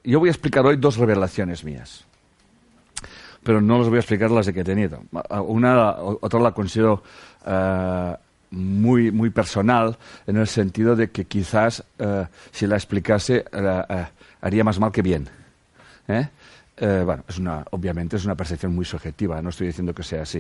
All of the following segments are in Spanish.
yo voy a explicar hoy 2 revelaciones mías. Pero no les voy a explicar las que he tenido. Otra la considero muy, muy personal, en el sentido de que quizás si la explicase haría más mal que bien. Bueno, obviamente es una percepción muy subjetiva, no estoy diciendo que sea así.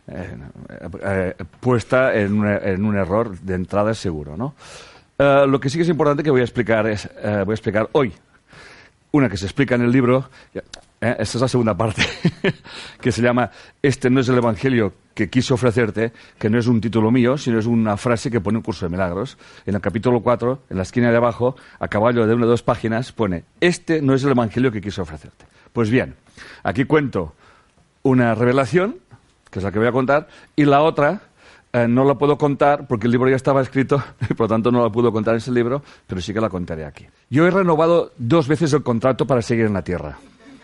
Puesta en un error de entrada seguro, ¿no? Lo que sí que es importante que voy a explicar hoy. Una que se explica en el libro, esta es la segunda parte, que se llama "Este no es el Evangelio que quise ofrecerte", que no es un título mío, sino es una frase que pone un curso de milagros. En el capítulo 4, en la esquina de abajo, a caballo de 1 o 2 páginas, pone "Este no es el Evangelio que quise ofrecerte". Pues bien, aquí cuento una revelación, que es la que voy a contar, y la otra no la puedo contar porque el libro ya estaba escrito y por lo tanto no la puedo contar en ese libro, pero sí que la contaré aquí. Yo he renovado 2 veces el contrato para seguir en la Tierra.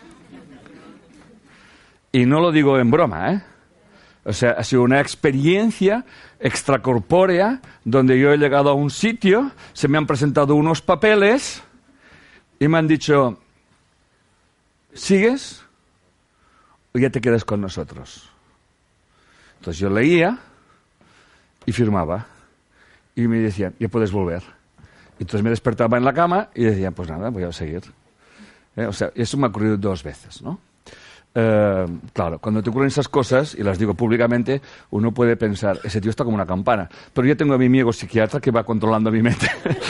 Y no lo digo en broma, ¿eh? O sea, ha sido una experiencia extracorpórea donde yo he llegado a un sitio, se me han presentado unos papeles y me han dicho: ¿sigues o ya te quedas con nosotros? Entonces yo leía y firmaba. Y me decían: ya puedes volver. Entonces me despertaba en la cama y decía: pues nada, voy a seguir. O sea, eso me ha ocurrido 2 veces, ¿no? Claro, cuando te ocurren esas cosas, y las digo públicamente, uno puede pensar: ese tío está como una campana. Pero yo tengo a mi amigo psiquiatra que va controlando mi mente.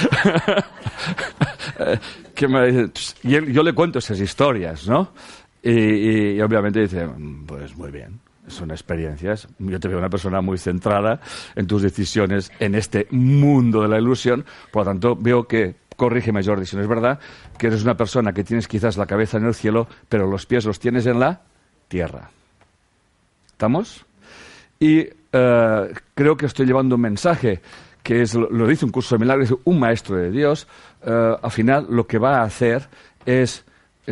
Que me dice, y yo le cuento esas historias, ¿no? Y obviamente dice: pues muy bien. Son experiencias. Yo te veo una persona muy centrada en tus decisiones en este mundo de la ilusión. Por lo tanto, veo que, corrígeme Jordi si no es verdad, que eres una persona que tienes quizás la cabeza en el cielo, pero los pies los tienes en la tierra. ¿Estamos? Y creo que estoy llevando un mensaje que es, lo dice un curso de milagros, un maestro de Dios. Al final lo que va a hacer es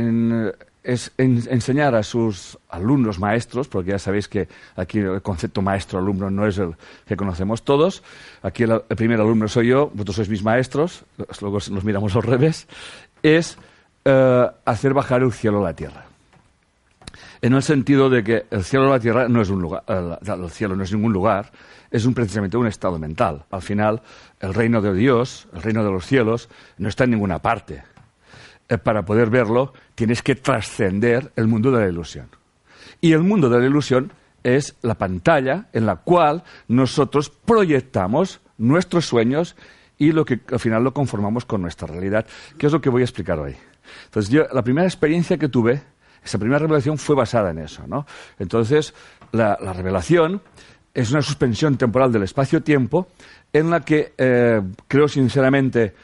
enseñar a sus alumnos maestros, porque ya sabéis que aquí el concepto maestro-alumno no es el que conocemos todos. Aquí el primer alumno soy yo, vosotros sois mis maestros, luego nos miramos al revés, es hacer bajar el cielo a la tierra. En el sentido de que el cielo a la tierra no es un lugar, el cielo no es ningún lugar, es precisamente un estado mental. Al final, el reino de Dios, el reino de los cielos, no está en ninguna parte. Para poder verlo, tienes que trascender el mundo de la ilusión. Y el mundo de la ilusión es la pantalla en la cual nosotros proyectamos nuestros sueños y lo que al final lo conformamos con nuestra realidad, que es lo que voy a explicar hoy. Entonces, la primera experiencia que tuve, esa primera revelación fue basada en eso, ¿no? Entonces, la revelación es una suspensión temporal del espacio-tiempo en la que creo sinceramente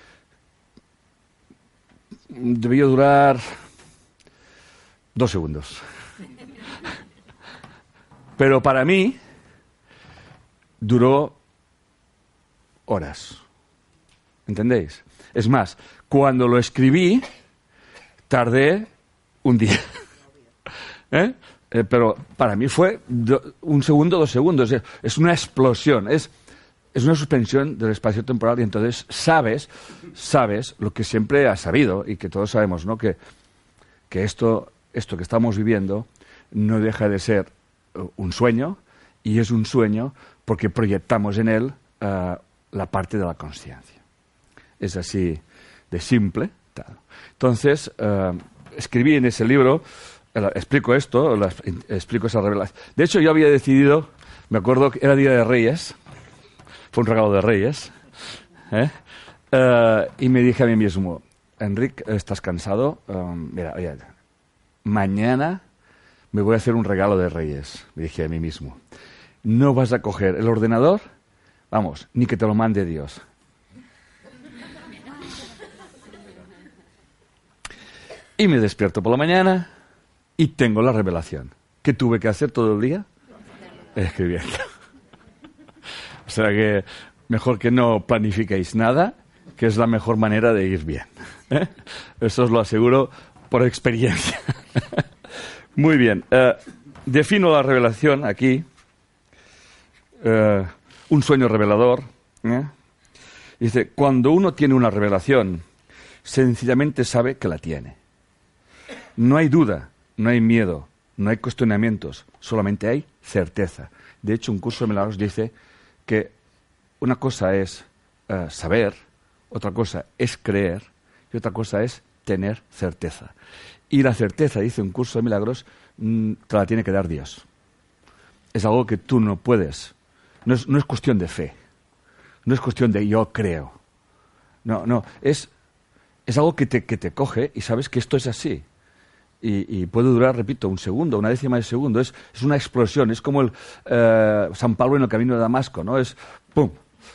debió durar 2 segundos. Pero para mí duró horas. ¿Entendéis? Es más, cuando lo escribí, tardé un día. Pero para mí fue 1 segundo, 2 segundos. Es una explosión. Es una suspensión del espacio temporal y entonces sabes lo que siempre has sabido y que todos sabemos, ¿no? Que esto que estamos viviendo no deja de ser un sueño, y es un sueño porque proyectamos en él la parte de la consciencia. Es así de simple. Entonces, escribí en ese libro, explico esto, explico esa revelación. De hecho, yo había decidido, me acuerdo que era Día de Reyes, fue un regalo de Reyes, y me dije a mí mismo: Enric, ¿estás cansado? Mira, oye, mañana me voy a hacer un regalo de Reyes, me dije a mí mismo. No vas a coger el ordenador, vamos, ni que te lo mande Dios. Y me despierto por la mañana y tengo la revelación. ¿Qué tuve que hacer todo el día? Escribiendo. O sea que mejor que no planifiquéis nada, que es la mejor manera de ir bien. Eso os lo aseguro por experiencia. Muy bien. Defino la revelación aquí. Un sueño revelador. Dice: cuando uno tiene una revelación, sencillamente sabe que la tiene. No hay duda, no hay miedo, no hay cuestionamientos, solamente hay certeza. De hecho, un curso de milagros dice que una cosa es saber, otra cosa es creer y otra cosa es tener certeza. Y la certeza, dice un curso de milagros, te la tiene que dar Dios. Es algo que tú no puedes. No es cuestión de fe. No es cuestión de yo creo. No. Es algo que te coge y sabes que esto es así. Y puede durar, repito, un segundo, una décima de segundo. Es una explosión. Es como el San Pablo en el camino de Damasco, ¿no? Es ¡pum!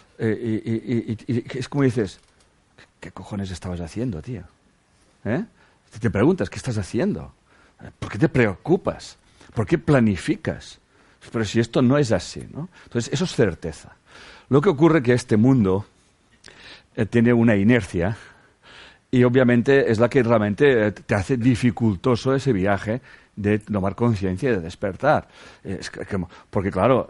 Y es como dices, ¿qué cojones estabas haciendo, tío? Te preguntas, ¿qué estás haciendo? ¿Por qué te preocupas? ¿Por qué planificas? Pero si esto no es así, ¿no? Entonces, eso es certeza. Lo que ocurre es que este mundo tiene una inercia y obviamente es la que realmente te hace dificultoso ese viaje de tomar conciencia y de despertar. Porque claro,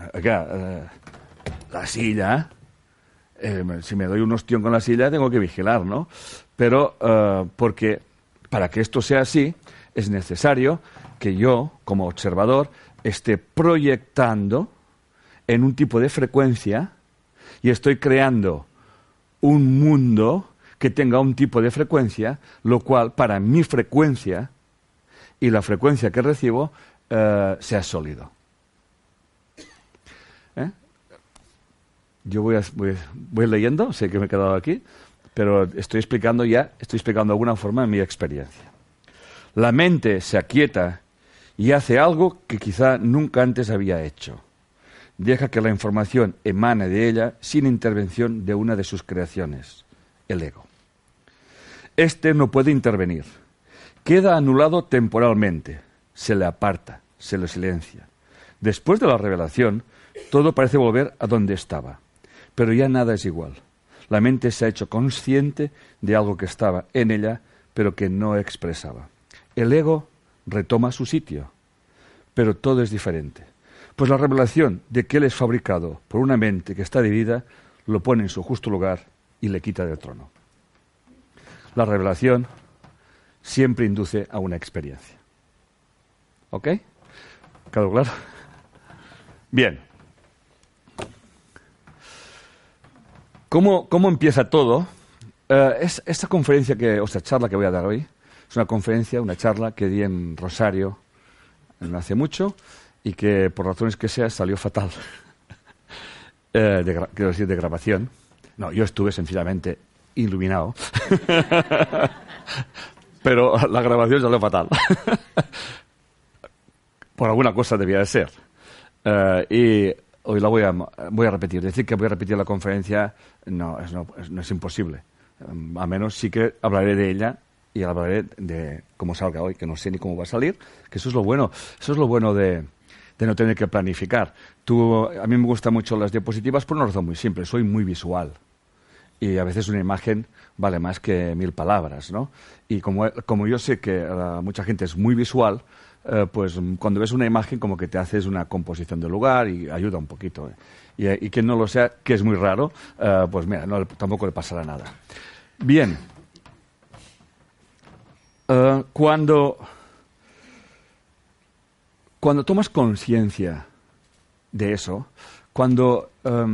la silla, si me doy un ostión con la silla tengo que vigilar, ¿no? Pero porque para que esto sea así es necesario que yo, como observador, esté proyectando en un tipo de frecuencia y estoy creando un mundo que tenga un tipo de frecuencia, lo cual para mi frecuencia y la frecuencia que recibo sea sólido. Yo voy leyendo, sé que me he quedado aquí, pero estoy explicando de alguna forma mi experiencia. La mente se aquieta y hace algo que quizá nunca antes había hecho. Deja que la información emane de ella sin intervención de una de sus creaciones, el ego. Este no puede intervenir. Queda anulado temporalmente, se le aparta, se le silencia. Después de la revelación, todo parece volver a donde estaba, pero ya nada es igual. La mente se ha hecho consciente de algo que estaba en ella, pero que no expresaba. El ego retoma su sitio, pero todo es diferente. Pues la revelación de que él es fabricado por una mente que está dividida lo pone en su justo lugar y le quita del trono. La revelación siempre induce a una experiencia. ¿Ok? ¿Quedó claro? Bien. ¿Cómo empieza todo? Esta conferencia esta charla que voy a dar hoy, es una charla que di en Rosario no hace mucho y que por razones que sea salió fatal. Quiero decir, de grabación. No, yo estuve sencillamente iluminado. Pero la grabación salió fatal. Por alguna cosa debía de ser. Y hoy la voy a repetir. Decir que voy a repetir la conferencia no es imposible. A menos sí que hablaré de ella y hablaré de cómo salga hoy, que no sé ni cómo va a salir, que eso es lo bueno. Eso es lo bueno de no tener que planificar. A mí me gustan mucho las diapositivas por una razón muy simple. Soy muy visual. Y a veces una imagen vale más que 1000 palabras, ¿no? Y como yo sé que mucha gente es muy visual, pues cuando ves una imagen como que te haces una composición del lugar y ayuda un poquito. Y quien no lo sea, que es muy raro, pues mira, tampoco le pasará nada. Bien. Cuando tomas conciencia de eso, cuando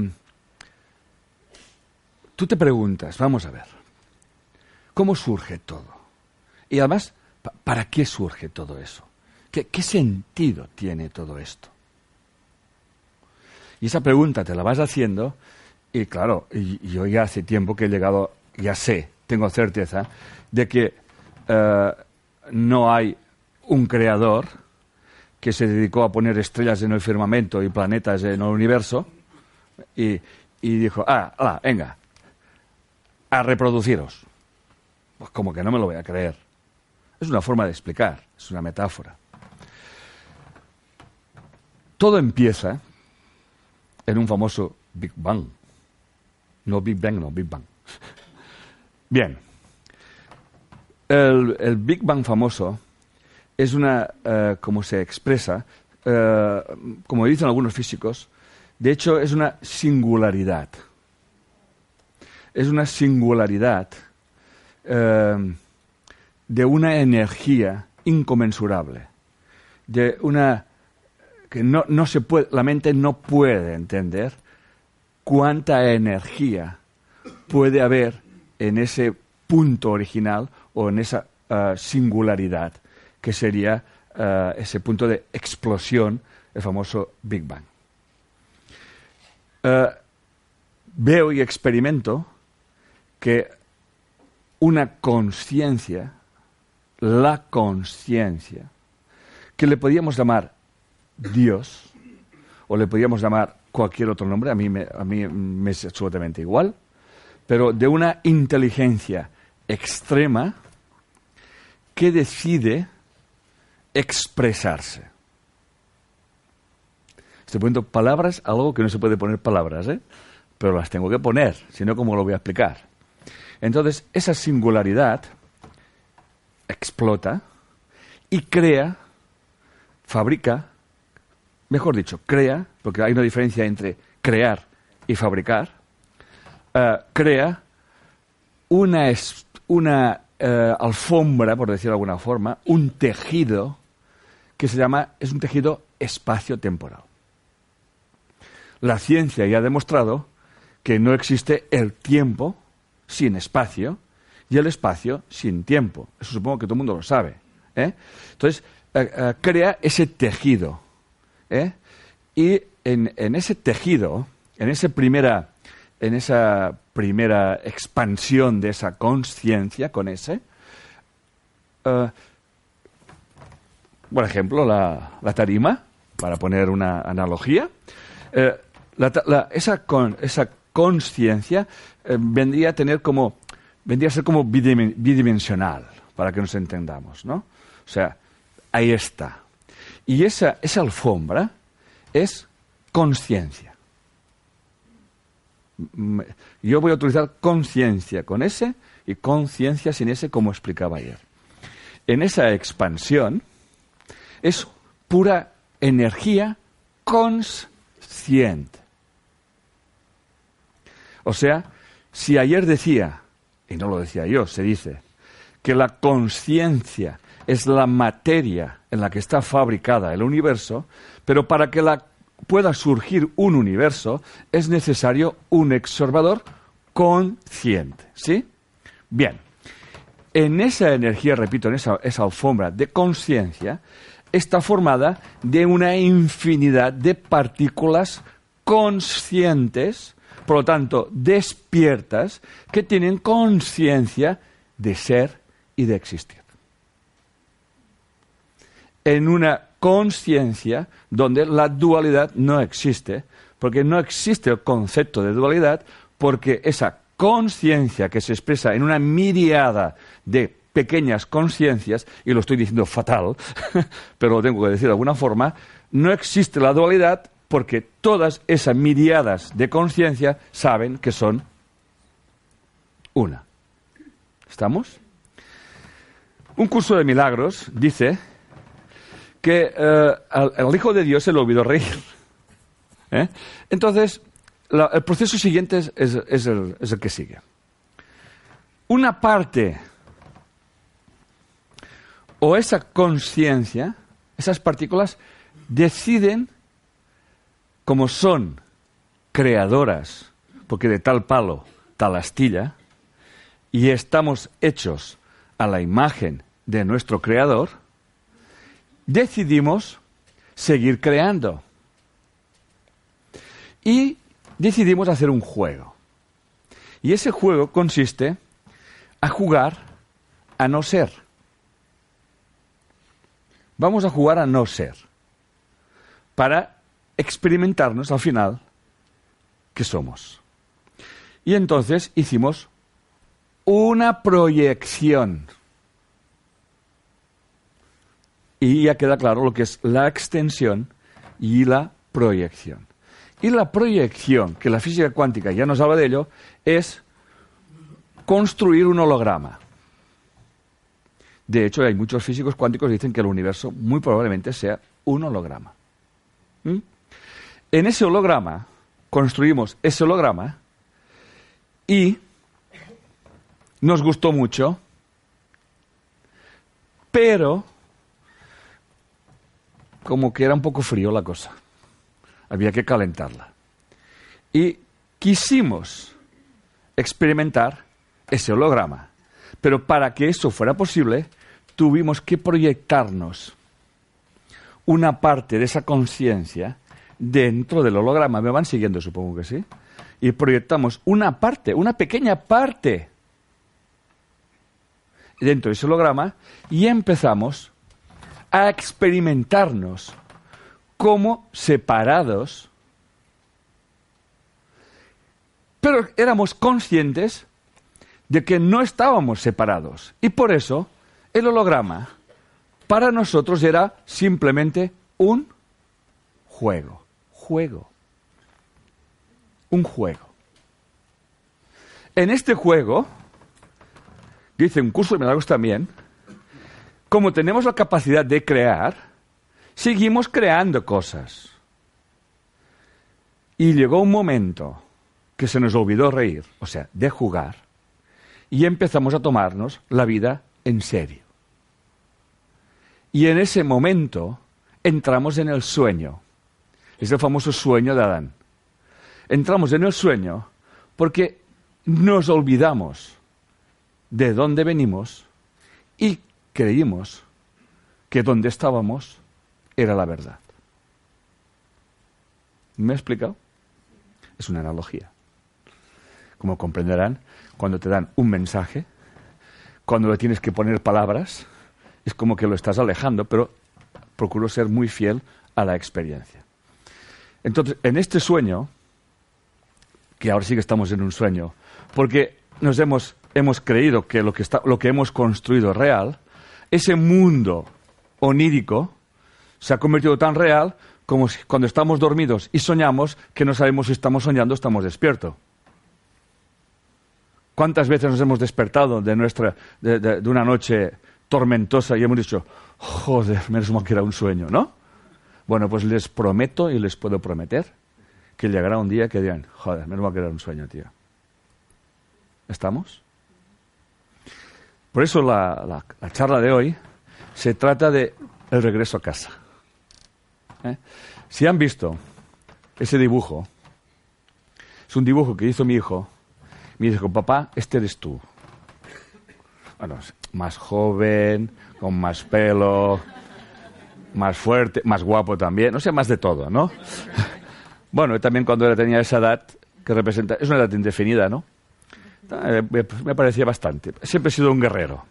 tú te preguntas, vamos a ver, ¿cómo surge todo? Y además, ¿para qué surge todo eso? ¿Qué sentido tiene todo esto? Y esa pregunta te la vas haciendo y claro, yo ya hace tiempo que he llegado, ya sé, tengo certeza de que no hay un creador que se dedicó a poner estrellas en el firmamento y planetas en el universo y dijo, venga, a reproduciros. Pues como que no me lo voy a creer. Es una forma de explicar, es una metáfora. Todo empieza en un famoso Big Bang. No Big Bang, no Big Bang. Bien. El Big Bang famoso es como se expresa, como dicen algunos físicos, de hecho es una singularidad. Es una singularidad de una energía inconmensurable, de una que no se puede, la mente no puede entender cuánta energía puede haber en ese punto original o en esa singularidad que sería ese punto de explosión, el famoso Big Bang. Veo y experimento que una conciencia, la conciencia, que le podíamos llamar Dios, o le podíamos llamar cualquier otro nombre, a mí me es absolutamente igual, pero de una inteligencia extrema que decide expresarse. Estoy poniendo palabras, algo que no se puede poner palabras, pero las tengo que poner, si no, ¿cómo lo voy a explicar? Entonces, esa singularidad explota y crea, fabrica, mejor dicho, crea, porque hay una diferencia entre crear y fabricar, crea una alfombra, por decirlo de alguna forma, un tejido que es un tejido espacio-temporal. La ciencia ya ha demostrado que no existe el tiempo sin espacio y el espacio sin tiempo. Eso supongo que todo el mundo lo sabe. Entonces, crea ese tejido. Y en ese tejido, en esa primera expansión de esa conciencia con ese, por ejemplo, la tarima, para poner una analogía, esa conciencia vendría a ser como bidimensional, para que nos entendamos, ¿no? O sea, ahí está. Y esa alfombra es conciencia. Yo voy a utilizar conciencia con S y conciencia sin S, como explicaba ayer. En esa expansión es pura energía consciente. O sea, si ayer decía, y no lo decía yo, se dice, que la conciencia es la materia en la que está fabricada el universo, pero para que pueda surgir un universo es necesario un observador consciente, ¿sí? Bien, en esa energía, repito, en esa alfombra de conciencia, está formada de una infinidad de partículas conscientes, por lo tanto, despiertas, que tienen conciencia de ser y de existir. En una conciencia donde la dualidad no existe, porque no existe el concepto de dualidad, porque esa conciencia que se expresa en una miriada de pequeñas conciencias, y lo estoy diciendo fatal, pero lo tengo que decir de alguna forma, no existe la dualidad porque todas esas miriadas de conciencia saben que son una. ¿Estamos? Un curso de milagros dice que al Hijo de Dios se le olvidó reír. Entonces, el proceso siguiente es el que sigue. Una parte, o esa conciencia, esas partículas, deciden, como son creadoras, porque de tal palo, tal astilla, y estamos hechos a la imagen de nuestro Creador, decidimos seguir creando. Y decidimos hacer un juego. Y ese juego consiste a jugar a no ser. Vamos a jugar a no ser. Para experimentarnos al final qué somos. Y entonces hicimos una proyección. Y ya queda claro lo que es la extensión y la proyección. Y la proyección, que la física cuántica ya nos habla de ello, es construir un holograma. De hecho, hay muchos físicos cuánticos que dicen que el universo muy probablemente sea un holograma. En ese holograma, construimos ese holograma y nos gustó mucho pero como que era un poco frío la cosa. Había que calentarla. Y quisimos experimentar ese holograma. Pero para que eso fuera posible, tuvimos que proyectarnos una parte de esa conciencia dentro del holograma. ¿Me van siguiendo? Supongo que sí. Y proyectamos una parte, una pequeña parte dentro de ese holograma y empezamos a experimentarnos como separados, pero éramos conscientes de que no estábamos separados. Y por eso el holograma para nosotros era simplemente un juego. Un juego. En este juego, dice un curso de milagros también, como tenemos la capacidad de crear, seguimos creando cosas. Y llegó un momento que se nos olvidó reír, o sea, de jugar, y empezamos a tomarnos la vida en serio. Y en ese momento entramos en el sueño. Es el famoso sueño de Adán. Entramos en el sueño porque nos olvidamos de dónde venimos y creímos que donde estábamos era la verdad. ¿Me he explicado? Es una analogía. Como comprenderán, cuando te dan un mensaje, cuando le tienes que poner palabras, es como que lo estás alejando, pero procuro ser muy fiel a la experiencia. Entonces, en este sueño, que ahora sí que estamos en un sueño, porque nos hemos creído que lo que hemos construido es real, ese mundo onírico se ha convertido tan real como si cuando estamos dormidos y soñamos que no sabemos si estamos soñando o estamos despiertos. ¿Cuántas veces nos hemos despertado de una noche tormentosa y hemos dicho, joder, menos mal que era un sueño, ¿no? Bueno, pues les prometo y les puedo prometer que llegará un día que dirán, joder, menos mal que era un sueño, tío. ¿Estamos? Por eso la charla de hoy se trata de el regreso a casa. Si han visto ese dibujo, es un dibujo que hizo mi hijo. Me dijo, papá, este eres tú. Bueno, más joven, con más pelo, más fuerte, más guapo también, o sea, más de todo, ¿no? Bueno, también cuando él tenía esa edad, que representa, es una edad indefinida, ¿no? Me parecía bastante. Siempre he sido un guerrero.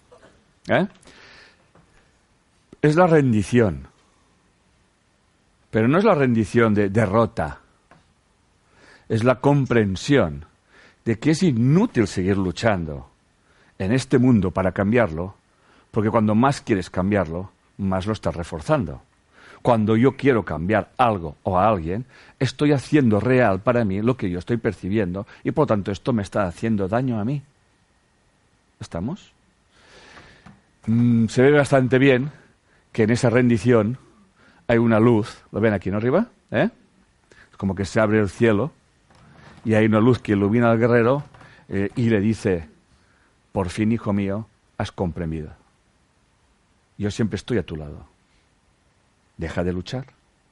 Es la rendición. Pero no es la rendición de derrota. Es la comprensión de que es inútil seguir luchando en este mundo para cambiarlo, porque cuando más quieres cambiarlo, más lo estás reforzando. Cuando yo quiero cambiar algo o a alguien, estoy haciendo real para mí lo que yo estoy percibiendo y por lo tanto esto me está haciendo daño a mí. ¿Estamos? Se ve bastante bien que en esa rendición hay una luz. ¿Lo ven aquí, no arriba? Es como que se abre el cielo y hay una luz que ilumina al guerrero y le dice, por fin, hijo mío, has comprendido. Yo siempre estoy a tu lado. Deja de luchar.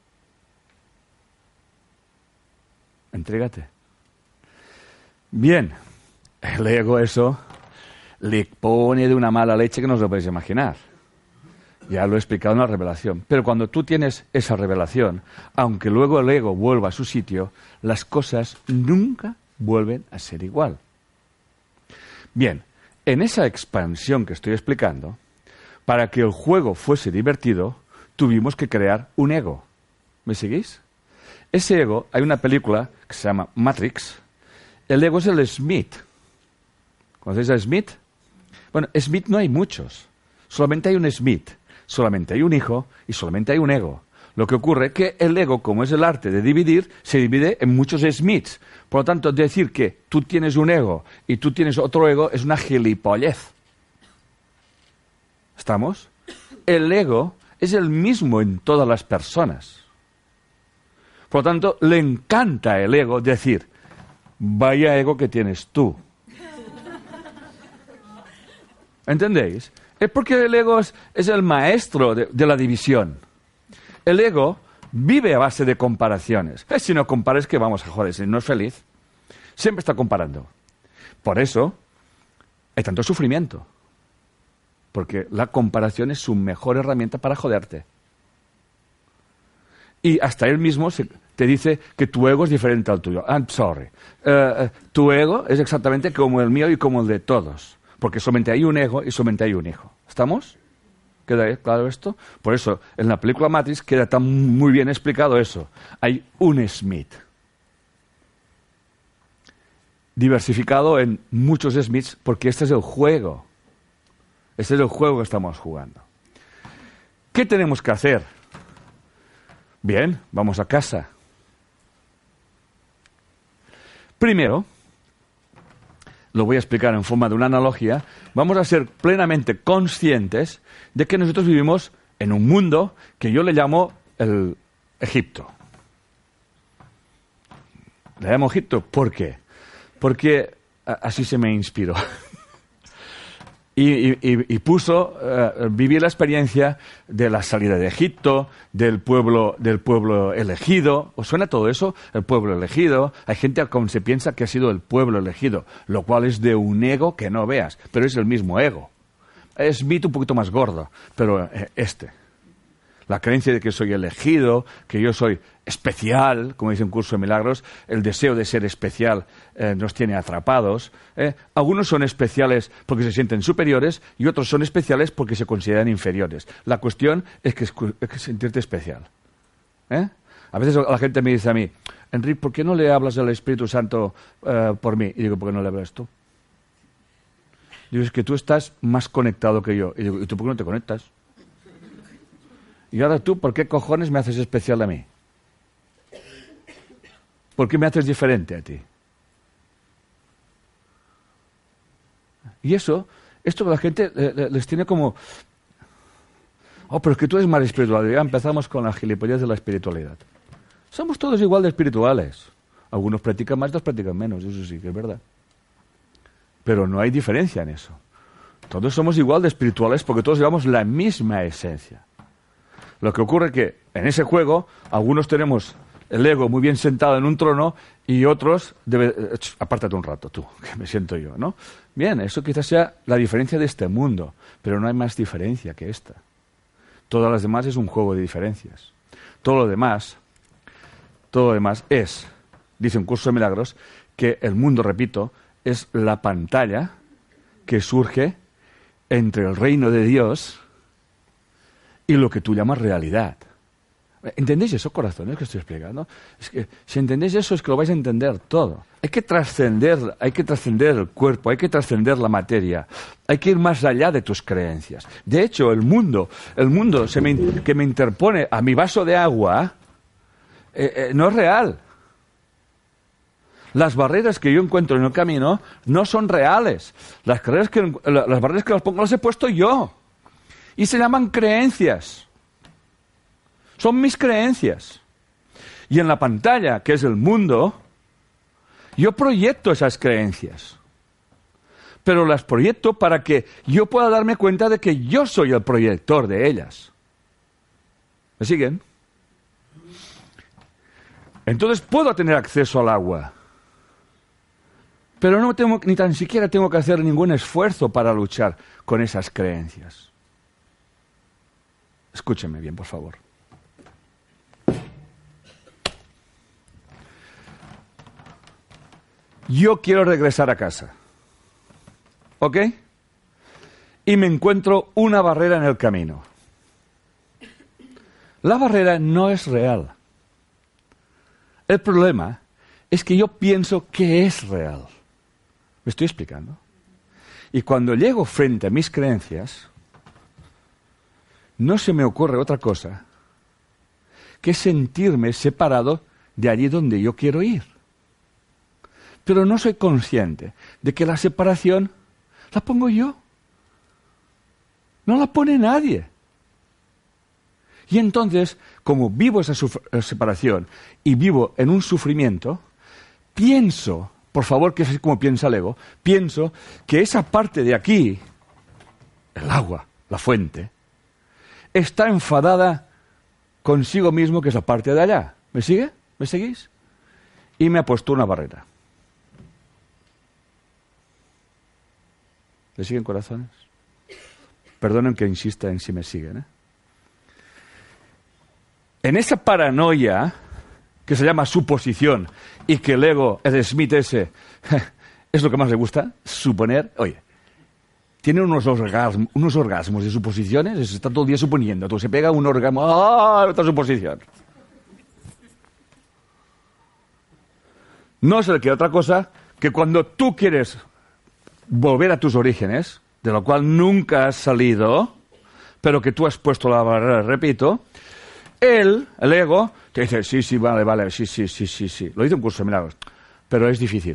Entrégate. Bien, el ego eso le pone de una mala leche que no os lo podéis imaginar. Ya lo he explicado en la revelación. Pero cuando tú tienes esa revelación, aunque luego el ego vuelva a su sitio, las cosas nunca vuelven a ser igual. Bien, en esa expansión que estoy explicando, para que el juego fuese divertido, tuvimos que crear un ego. ¿Me seguís? Ese ego, hay una película que se llama Matrix. El ego es el Smith. ¿Conocéis a Smith? Bueno, Smith no hay muchos. Solamente hay un Smith. Solamente hay un hijo y solamente hay un ego. Lo que ocurre es que el ego, como es el arte de dividir, se divide en muchos Smiths. Por lo tanto, decir que tú tienes un ego y tú tienes otro ego es una gilipollez. ¿Estamos? El ego es el mismo en todas las personas. Por lo tanto, le encanta el ego decir, vaya ego que tienes tú. ¿Entendéis? Es porque el ego es el maestro de la división. El ego vive a base de comparaciones. Si no compares, ¿qué vamos a joder? Si no es feliz, siempre está comparando. Por eso hay tanto sufrimiento. Porque la comparación es su mejor herramienta para joderte. Y hasta él mismo te dice que tu ego es diferente al tuyo. I'm sorry. Tu ego es exactamente como el mío y como el de todos. Porque solamente hay un ego y solamente hay un hijo. ¿Estamos? ¿Queda claro esto? Por eso, en la película Matrix queda tan muy bien explicado eso. Hay un Smith. Diversificado en muchos Smiths, porque este es el juego. Este es el juego que estamos jugando. ¿Qué tenemos que hacer? Bien, vamos a casa. Primero, lo voy a explicar en forma de una analogía, vamos a ser plenamente conscientes de que nosotros vivimos en un mundo que yo le llamo el Egipto. Le llamo Egipto, ¿por qué? Porque así se me inspiró. Y viví la experiencia de la salida de Egipto, del pueblo elegido. ¿Os suena todo eso? El pueblo elegido. Hay gente que aún se piensa que ha sido el pueblo elegido, lo cual es de un ego que no veas, pero es el mismo ego. Es Smith un poquito más gordo, pero la creencia de que soy elegido, que yo soy especial, como dice un curso de milagros, el deseo de ser especial nos tiene atrapados. Algunos son especiales porque se sienten superiores y otros son especiales porque se consideran inferiores. La cuestión es que sentirte especial. A veces la gente me dice a mí, Enrique, ¿por qué no le hablas del Espíritu Santo por mí? Y digo, ¿por qué no le hablas tú? Digo, es que tú estás más conectado que yo. Y digo, ¿y tú por qué no te conectas? Y ahora tú, ¿por qué cojones me haces especial a mí? ¿Por qué me haces diferente a ti? Y esto a la gente les tiene como... pero es que tú eres más espiritual. Ya empezamos con la gilipollez de la espiritualidad. Somos todos igual de espirituales. Algunos practican más, otros practican menos. Eso sí que es verdad. Pero no hay diferencia en eso. Todos somos igual de espirituales porque todos llevamos la misma esencia. Lo que ocurre es que en ese juego algunos tenemos el ego muy bien sentado en un trono y otros... apártate un rato tú, que me siento yo, ¿no? Bien, eso quizás sea la diferencia de este mundo, pero no hay más diferencia que esta. Todas las demás es un juego de diferencias. Todo lo demás es, dice un curso de milagros, que el mundo, repito, es la pantalla que surge entre el reino de Dios y lo que tú llamas realidad. ¿Entendéis eso, corazones, que estoy explicando? Es que si entendéis eso es que lo vais a entender todo. Hay que trascender el cuerpo, hay que trascender la materia, hay que ir más allá de tus creencias. De hecho, el mundo que me interpone a mi vaso de agua no es real. Las barreras que yo encuentro en el camino no son reales. Las barreras que las pongo las he puesto yo. Y se llaman creencias. Son mis creencias. Y en la pantalla, que es el mundo, yo proyecto esas creencias. Pero las proyecto para que yo pueda darme cuenta de que yo soy el proyector de ellas. ¿Me siguen? Entonces puedo tener acceso al agua. Pero ni tan siquiera tengo que hacer ningún esfuerzo para luchar con esas creencias. Escúchenme bien, por favor. Yo quiero regresar a casa. ¿Ok? Y me encuentro una barrera en el camino. La barrera no es real. El problema es que yo pienso que es real. ¿Me estoy explicando? Y cuando llego frente a mis creencias, no se me ocurre otra cosa que sentirme separado de allí donde yo quiero ir. Pero no soy consciente de que la separación la pongo yo. No la pone nadie. Y entonces, como vivo esa separación y vivo en un sufrimiento, pienso, por favor, que es así como piensa el ego, pienso que esa parte de aquí, el agua, la fuente, está enfadada consigo mismo, que es la parte de allá. ¿Me sigue? ¿Me seguís? Y me ha puesto una barrera. ¿Le siguen, corazones? Perdonen que insista en si me siguen, ¿eh? En esa paranoia, que se llama suposición, y que el ego, el Smith ese, es lo que más le gusta, suponer. Oye, tiene unos orgasmos de suposiciones, se está todo el día suponiendo. Tú se pega un orgasmo, ¡ah! Otra suposición. No es el que otra cosa que cuando tú quieres volver a tus orígenes, de lo cual nunca has salido, pero que tú has puesto la barrera, repito, el ego, te dice, sí, vale, sí. Lo hice un curso de milagros, pero es difícil.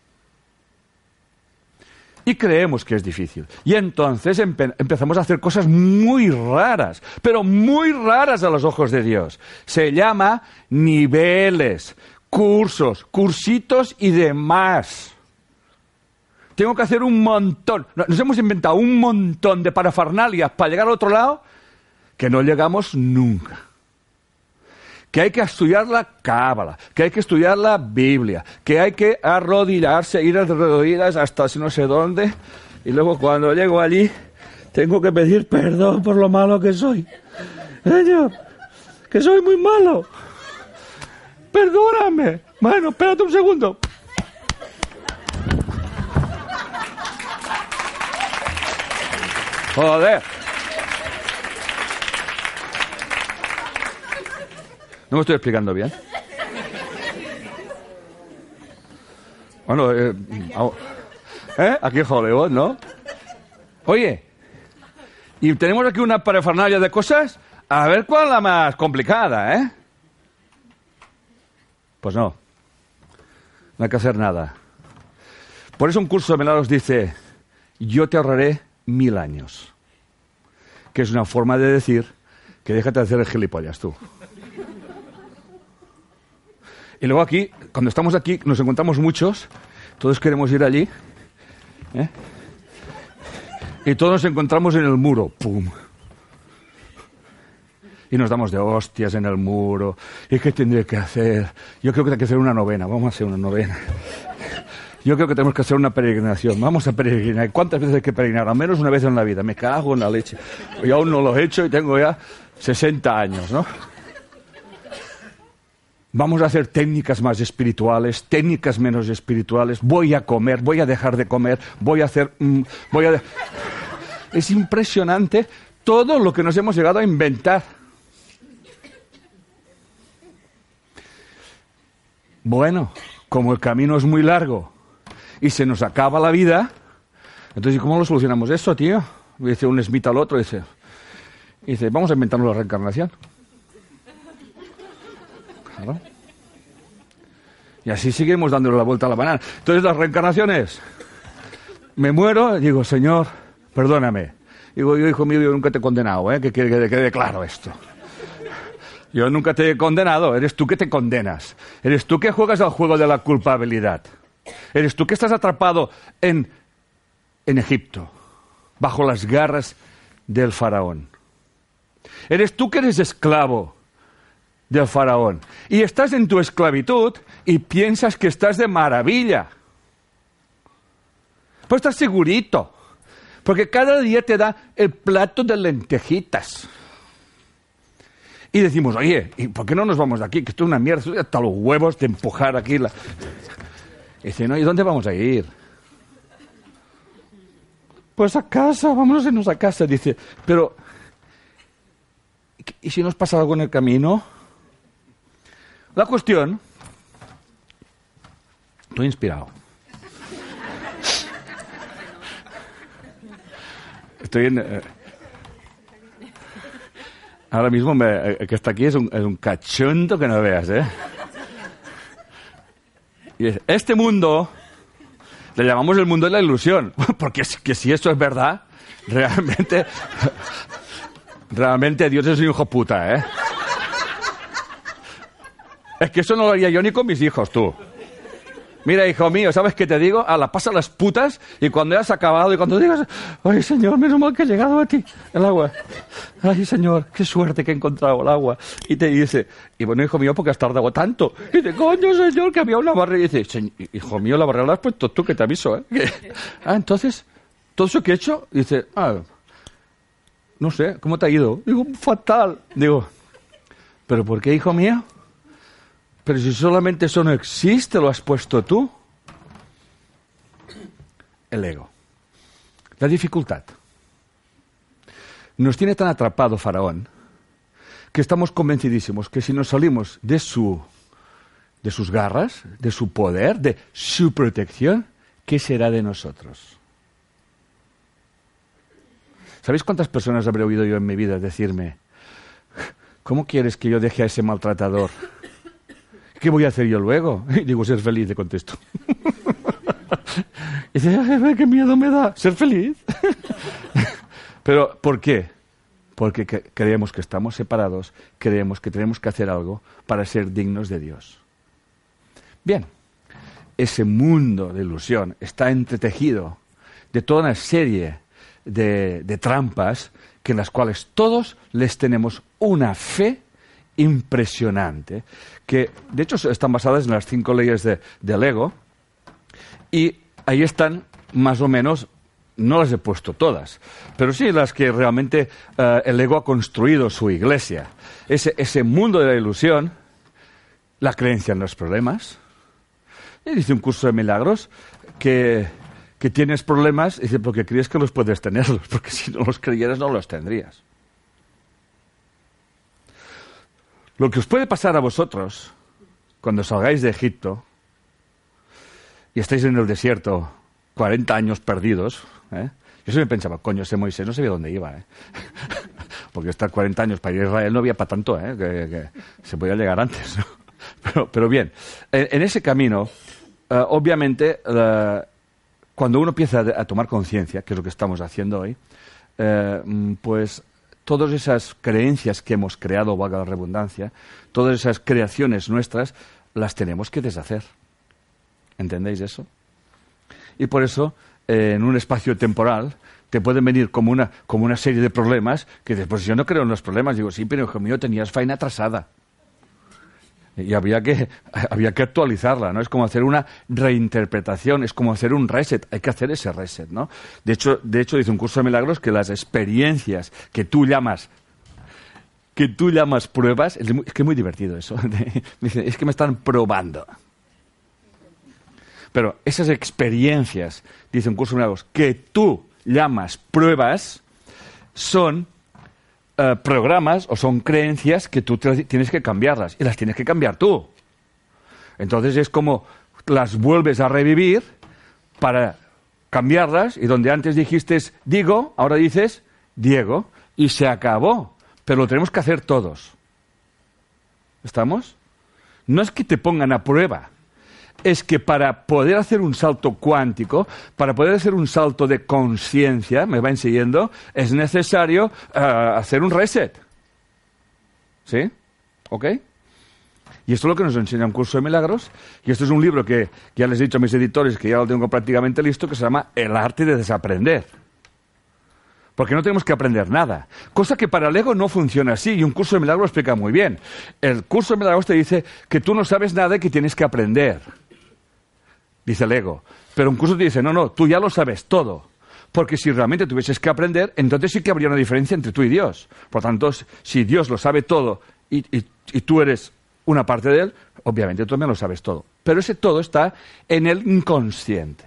Y creemos que es difícil. Y entonces empezamos a hacer cosas muy raras, pero muy raras a los ojos de Dios. Se llama niveles, cursos, cursitos y demás. Tengo que hacer un montón. Nos hemos inventado un montón de parafernalias para llegar al otro lado que no llegamos nunca. Que hay que estudiar la Cábala, que hay que estudiar la Biblia, que hay que arrodillarse, ir a rodillas hasta no sé dónde, y luego cuando llego allí tengo que pedir perdón por lo malo que soy. Señor, que soy muy malo. Perdóname. Bueno, espérate un segundo. Joder. ¿No me estoy explicando bien? Bueno, aquí en Hollywood, ¿no? Oye, y tenemos aquí una parafernalia de cosas, a ver cuál es la más complicada, ¿eh? Pues no hay que hacer nada. Por eso un curso de milagros dice, yo te ahorraré 1000 años. Que es una forma de decir que déjate de hacer el gilipollas tú. Y luego aquí, cuando estamos aquí, nos encontramos muchos, todos queremos ir allí, ¿eh? Y todos nos encontramos en el muro, ¡pum! Y nos damos de hostias en el muro. ¿Y qué tendré que hacer? Yo creo que hay que hacer una novena, vamos a hacer una novena. Yo creo que tenemos que hacer una peregrinación, vamos a peregrinar. ¿Cuántas veces hay que peregrinar? Al menos una vez en la vida. Me cago en la leche. Yo aún no lo he hecho y tengo ya 60 años, ¿no? Vamos a hacer técnicas más espirituales, técnicas menos espirituales. Voy a comer, voy a dejar de comer, voy a hacer... Es impresionante todo lo que nos hemos llegado a inventar. Bueno, como el camino es muy largo y se nos acaba la vida, entonces ¿cómo lo solucionamos eso, tío? Dice un Smith al otro, dice, vamos a inventarnos la reencarnación. Claro. Y así seguimos dándole la vuelta a la banana. Entonces las reencarnaciones, me muero, digo, Señor, perdóname. Digo, yo, hijo mío, yo nunca te he condenado, que quede claro esto. Yo nunca te he condenado, eres tú que te condenas. Eres tú que juegas al juego de la culpabilidad. Eres tú que estás atrapado en Egipto, bajo las garras del faraón. Eres tú que eres esclavo del faraón. Y estás en tu esclavitud y piensas que estás de maravilla. Pues estás segurito. Porque cada día te da el plato de lentejitas. Y decimos, oye, ¿y por qué no nos vamos de aquí? Que esto es una mierda, estoy hasta los huevos de empujar aquí. Y dice, no, ¿y dónde vamos a ir? Pues a casa, vámonos a irnos a casa. Dice, pero, ¿y si nos pasa algo en el camino? La cuestión, estoy inspirado. Estoy en... ahora mismo el que está aquí es un cachondo que no veas, ¿eh? Y este mundo le llamamos el mundo de la ilusión, porque es que si esto es verdad, realmente Dios es un hijo puta, ¿eh? Es que eso no lo haría yo ni con mis hijos, tú. Mira, hijo mío, ¿sabes qué te digo? Pasa las putas y cuando hayas acabado y cuando digas, ay, Señor, menos mal que he llegado a ti, el agua. Ay, Señor, qué suerte que he encontrado el agua. Y te dice, y bueno, hijo mío, ¿por qué has tardado tanto? Y dice, coño, Señor, que había una barrera. Y dice, hijo mío, la barrera la has puesto tú, que te aviso, ¿eh? Entonces, todo eso que he hecho, y dice, no sé, ¿cómo te ha ido? Digo, fatal. Digo, ¿pero por qué, hijo mío? Pero si solamente eso no existe, lo has puesto tú. El ego. La dificultad. Nos tiene tan atrapado Faraón que estamos convencidísimos que si nos salimos de sus garras, de su poder, de su protección, ¿qué será de nosotros? ¿Sabéis cuántas personas habré oído yo en mi vida decirme, ¿cómo quieres que yo deje a ese maltratador? ¿Qué voy a hacer yo luego? Y digo, ser feliz, le contesto. Y dice, ay, qué miedo me da, ser feliz. Pero, ¿por qué? Porque creemos que estamos separados, creemos que tenemos que hacer algo para ser dignos de Dios. Bien, ese mundo de ilusión está entretejido de toda una serie de trampas en las cuales todos les tenemos una fe impresionante, que de hecho están basadas en las 5 leyes del ego, y ahí están más o menos, no las he puesto todas, pero sí las que realmente el ego ha construido su iglesia. Ese mundo de la ilusión, la creencia en los problemas. Y dice un curso de milagros que tienes problemas, dice, porque crees que los puedes tenerlos, porque si no los creyeras no los tendrías. Lo que os puede pasar a vosotros cuando salgáis de Egipto y estáis en el desierto 40 años perdidos, yo siempre pensaba, coño, ese Moisés no sabía dónde iba, porque estar 40 años para ir a Israel no había para tanto, que se podía llegar antes, ¿no? Pero bien, en ese camino, obviamente, cuando uno empieza a tomar conciencia, que es lo que estamos haciendo hoy, pues todas esas creencias que hemos creado, valga la redundancia, todas esas creaciones nuestras, las tenemos que deshacer. ¿Entendéis eso? Y por eso, en un espacio temporal, te pueden venir como una serie de problemas que después yo no creo en los problemas. Digo, sí, pero hijo mío, tenías faena atrasada. Y había que actualizarla, ¿no? Es como hacer una reinterpretación, es como hacer un reset. Hay que hacer ese reset, ¿no? De hecho, dice un curso de milagros que las experiencias que tú llamas pruebas, es que es muy divertido eso. Dice, es que me están probando. Pero esas experiencias, dice un curso de milagros, que tú llamas pruebas, son programas o son creencias que tú tienes que cambiarlas, y las tienes que cambiar tú. Entonces es como las vuelves a revivir para cambiarlas, y donde antes dijiste digo, ahora dices Diego, y se acabó. Pero lo tenemos que hacer todos. ¿Estamos? No es que te pongan a prueba. Es que para poder hacer un salto cuántico, para poder hacer un salto de conciencia, me va siguiendo, es necesario hacer un reset. ¿Sí? ¿Ok? Y esto es lo que nos enseña un curso de milagros, y esto es un libro que ya les he dicho a mis editores, que ya lo tengo prácticamente listo, que se llama El arte de desaprender. Porque no tenemos que aprender nada. Cosa que para el ego no funciona así, y un curso de milagros lo explica muy bien. El curso de milagros te dice que tú no sabes nada y que tienes que aprender. Dice el ego. Pero un curso te dice, no, tú ya lo sabes todo. Porque si realmente tuvieses que aprender, entonces sí que habría una diferencia entre tú y Dios. Por tanto, si Dios lo sabe todo y tú eres una parte de Él, obviamente tú también lo sabes todo. Pero ese todo está en el inconsciente.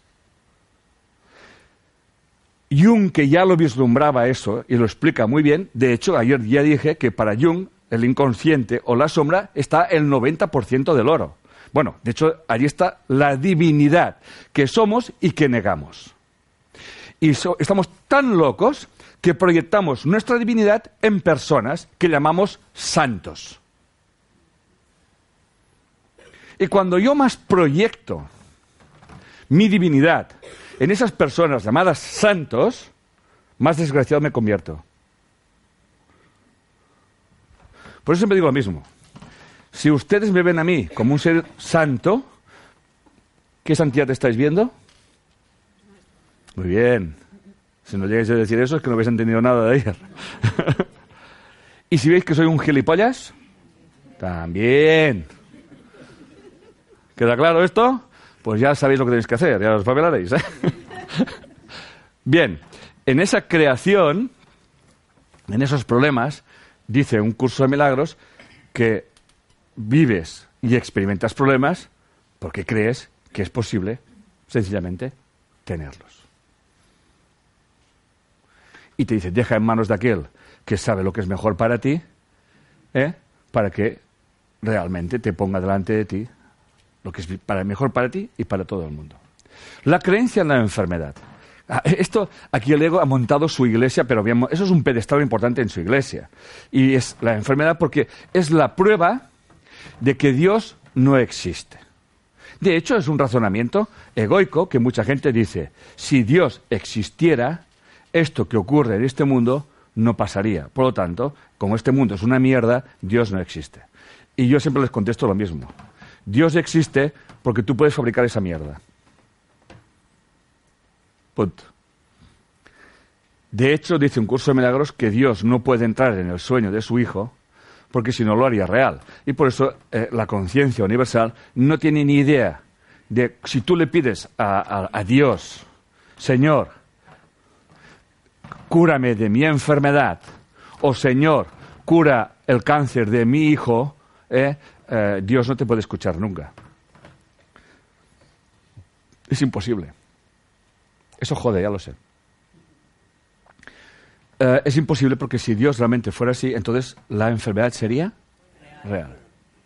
Jung, que ya lo vislumbraba eso, y lo explica muy bien, de hecho, ayer ya dije que para Jung, el inconsciente o la sombra está el 90% del oro. Bueno, de hecho, allí está la divinidad que somos y que negamos. Y estamos tan locos que proyectamos nuestra divinidad en personas que llamamos santos. Y cuando yo más proyecto mi divinidad en esas personas llamadas santos, más desgraciado me convierto. Por eso siempre digo lo mismo. Si ustedes me ven a mí como un ser santo, ¿Qué santidad estáis viendo? Muy bien. Si no llegáis a decir eso es que no habéis entendido nada de ayer. ¿Y si veis que soy un gilipollas? También. ¿Queda claro esto? Pues ya sabéis lo que tenéis que hacer, ya os papelaréis, ¿eh? Bien, en esa creación, en esos problemas, dice un curso de milagros que vives y experimentas problemas porque crees que es posible, sencillamente, tenerlos. Y te dice, deja en manos de aquel que sabe lo que es mejor para ti, para que realmente te ponga delante de ti lo que es mejor para ti y para todo el mundo. La creencia en la enfermedad. Esto, aquí el ego ha montado su iglesia, pero bien, eso es un pedestal importante en su iglesia. Y es la enfermedad porque es la prueba de que Dios no existe. De hecho, es un razonamiento egoico que mucha gente dice, si Dios existiera, esto que ocurre en este mundo no pasaría. Por lo tanto, como este mundo es una mierda, Dios no existe. Y yo siempre les contesto lo mismo. Dios existe porque tú puedes fabricar esa mierda. Punto. De hecho, dice un curso de milagros que Dios no puede entrar en el sueño de su hijo porque si no lo haría real. Y por eso la conciencia universal no tiene ni idea de si tú le pides a Dios, Señor, cúrame de mi enfermedad, o Señor, cura el cáncer de mi hijo, Dios no te puede escuchar nunca. Es imposible. Eso jode, ya lo sé. Es imposible porque si Dios realmente fuera así, entonces la enfermedad sería real.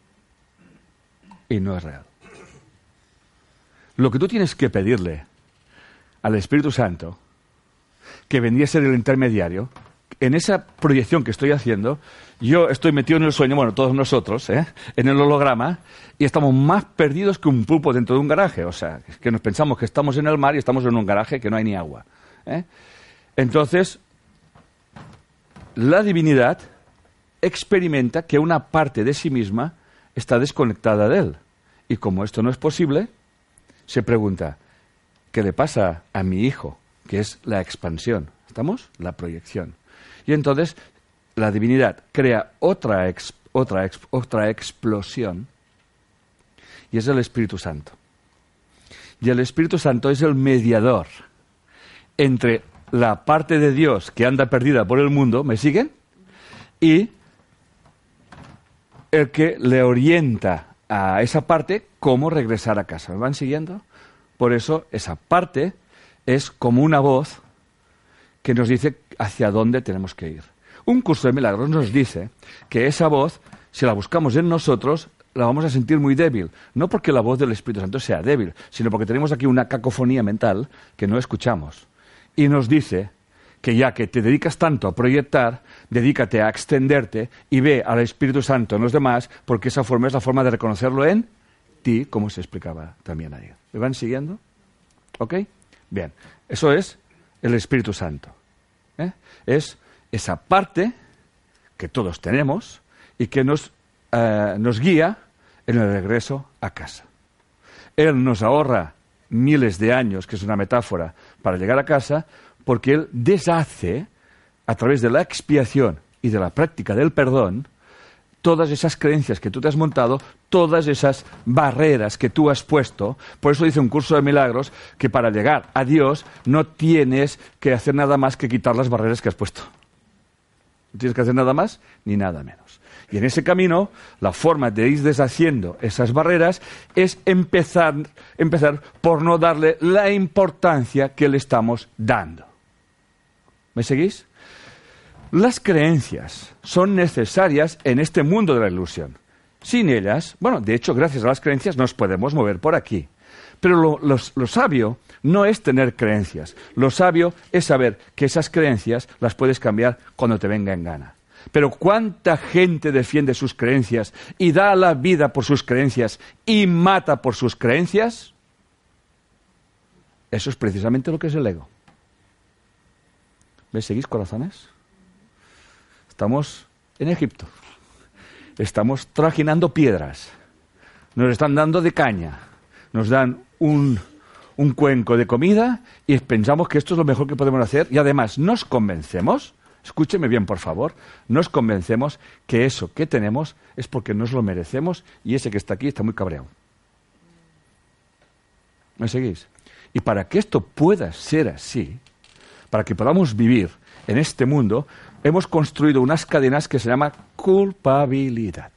Y no es real. Lo que tú tienes que pedirle al Espíritu Santo, que vendría a ser el intermediario, en esa proyección que estoy haciendo, yo estoy metido en el sueño, bueno, todos nosotros, en el holograma, y estamos más perdidos que un pulpo dentro de un garaje. O sea, que nos pensamos que estamos en el mar y estamos en un garaje que no hay ni agua. Entonces, la divinidad experimenta que una parte de sí misma está desconectada de él. Y como esto no es posible, se pregunta, ¿qué le pasa a mi hijo? Que es la expansión. ¿Estamos? La proyección. Y entonces la divinidad crea otra explosión y es el Espíritu Santo. Y el Espíritu Santo es el mediador entre la parte de Dios que anda perdida por el mundo, ¿me siguen? Y el que le orienta a esa parte cómo regresar a casa. ¿Me van siguiendo? Por eso esa parte es como una voz que nos dice hacia dónde tenemos que ir. Un curso de milagros nos dice que esa voz, si la buscamos en nosotros, la vamos a sentir muy débil. No porque la voz del Espíritu Santo sea débil, sino porque tenemos aquí una cacofonía mental que no escuchamos. Y nos dice que ya que te dedicas tanto a proyectar, dedícate a extenderte y ve al Espíritu Santo en los demás, porque esa forma es la forma de reconocerlo en ti, como se explicaba también ayer. ¿Me van siguiendo? ¿Ok? Bien. Eso es el Espíritu Santo. Es esa parte que todos tenemos y que nos guía en el regreso a casa. Él nos ahorra miles de años, que es una metáfora, para llegar a casa, porque Él deshace, a través de la expiación y de la práctica del perdón, todas esas creencias que tú te has montado, todas esas barreras que tú has puesto. Por eso dice un curso de milagros que para llegar a Dios no tienes que hacer nada más que quitar las barreras que has puesto. No tienes que hacer nada más ni nada menos. Y en ese camino, la forma de ir deshaciendo esas barreras es empezar por no darle la importancia que le estamos dando. ¿Me seguís? Las creencias son necesarias en este mundo de la ilusión. Sin ellas, bueno, de hecho, gracias a las creencias nos podemos mover por aquí. Pero lo sabio no es tener creencias. Lo sabio es saber que esas creencias las puedes cambiar cuando te venga en gana. Pero ¿cuánta gente defiende sus creencias y da la vida por sus creencias y mata por sus creencias? Eso es precisamente lo que es el ego. ¿Me seguís, corazones? Estamos en Egipto. Estamos trajinando piedras. Nos están dando de caña. nos dan un cuenco de comida y pensamos que esto es lo mejor que podemos hacer y además nos convencemos, escúcheme bien por favor, nos convencemos que eso que tenemos es porque nos lo merecemos y ese que está aquí está muy cabreado. ¿Me seguís? Y para que esto pueda ser así, para que podamos vivir en este mundo, hemos construido unas cadenas que se llama culpabilidad.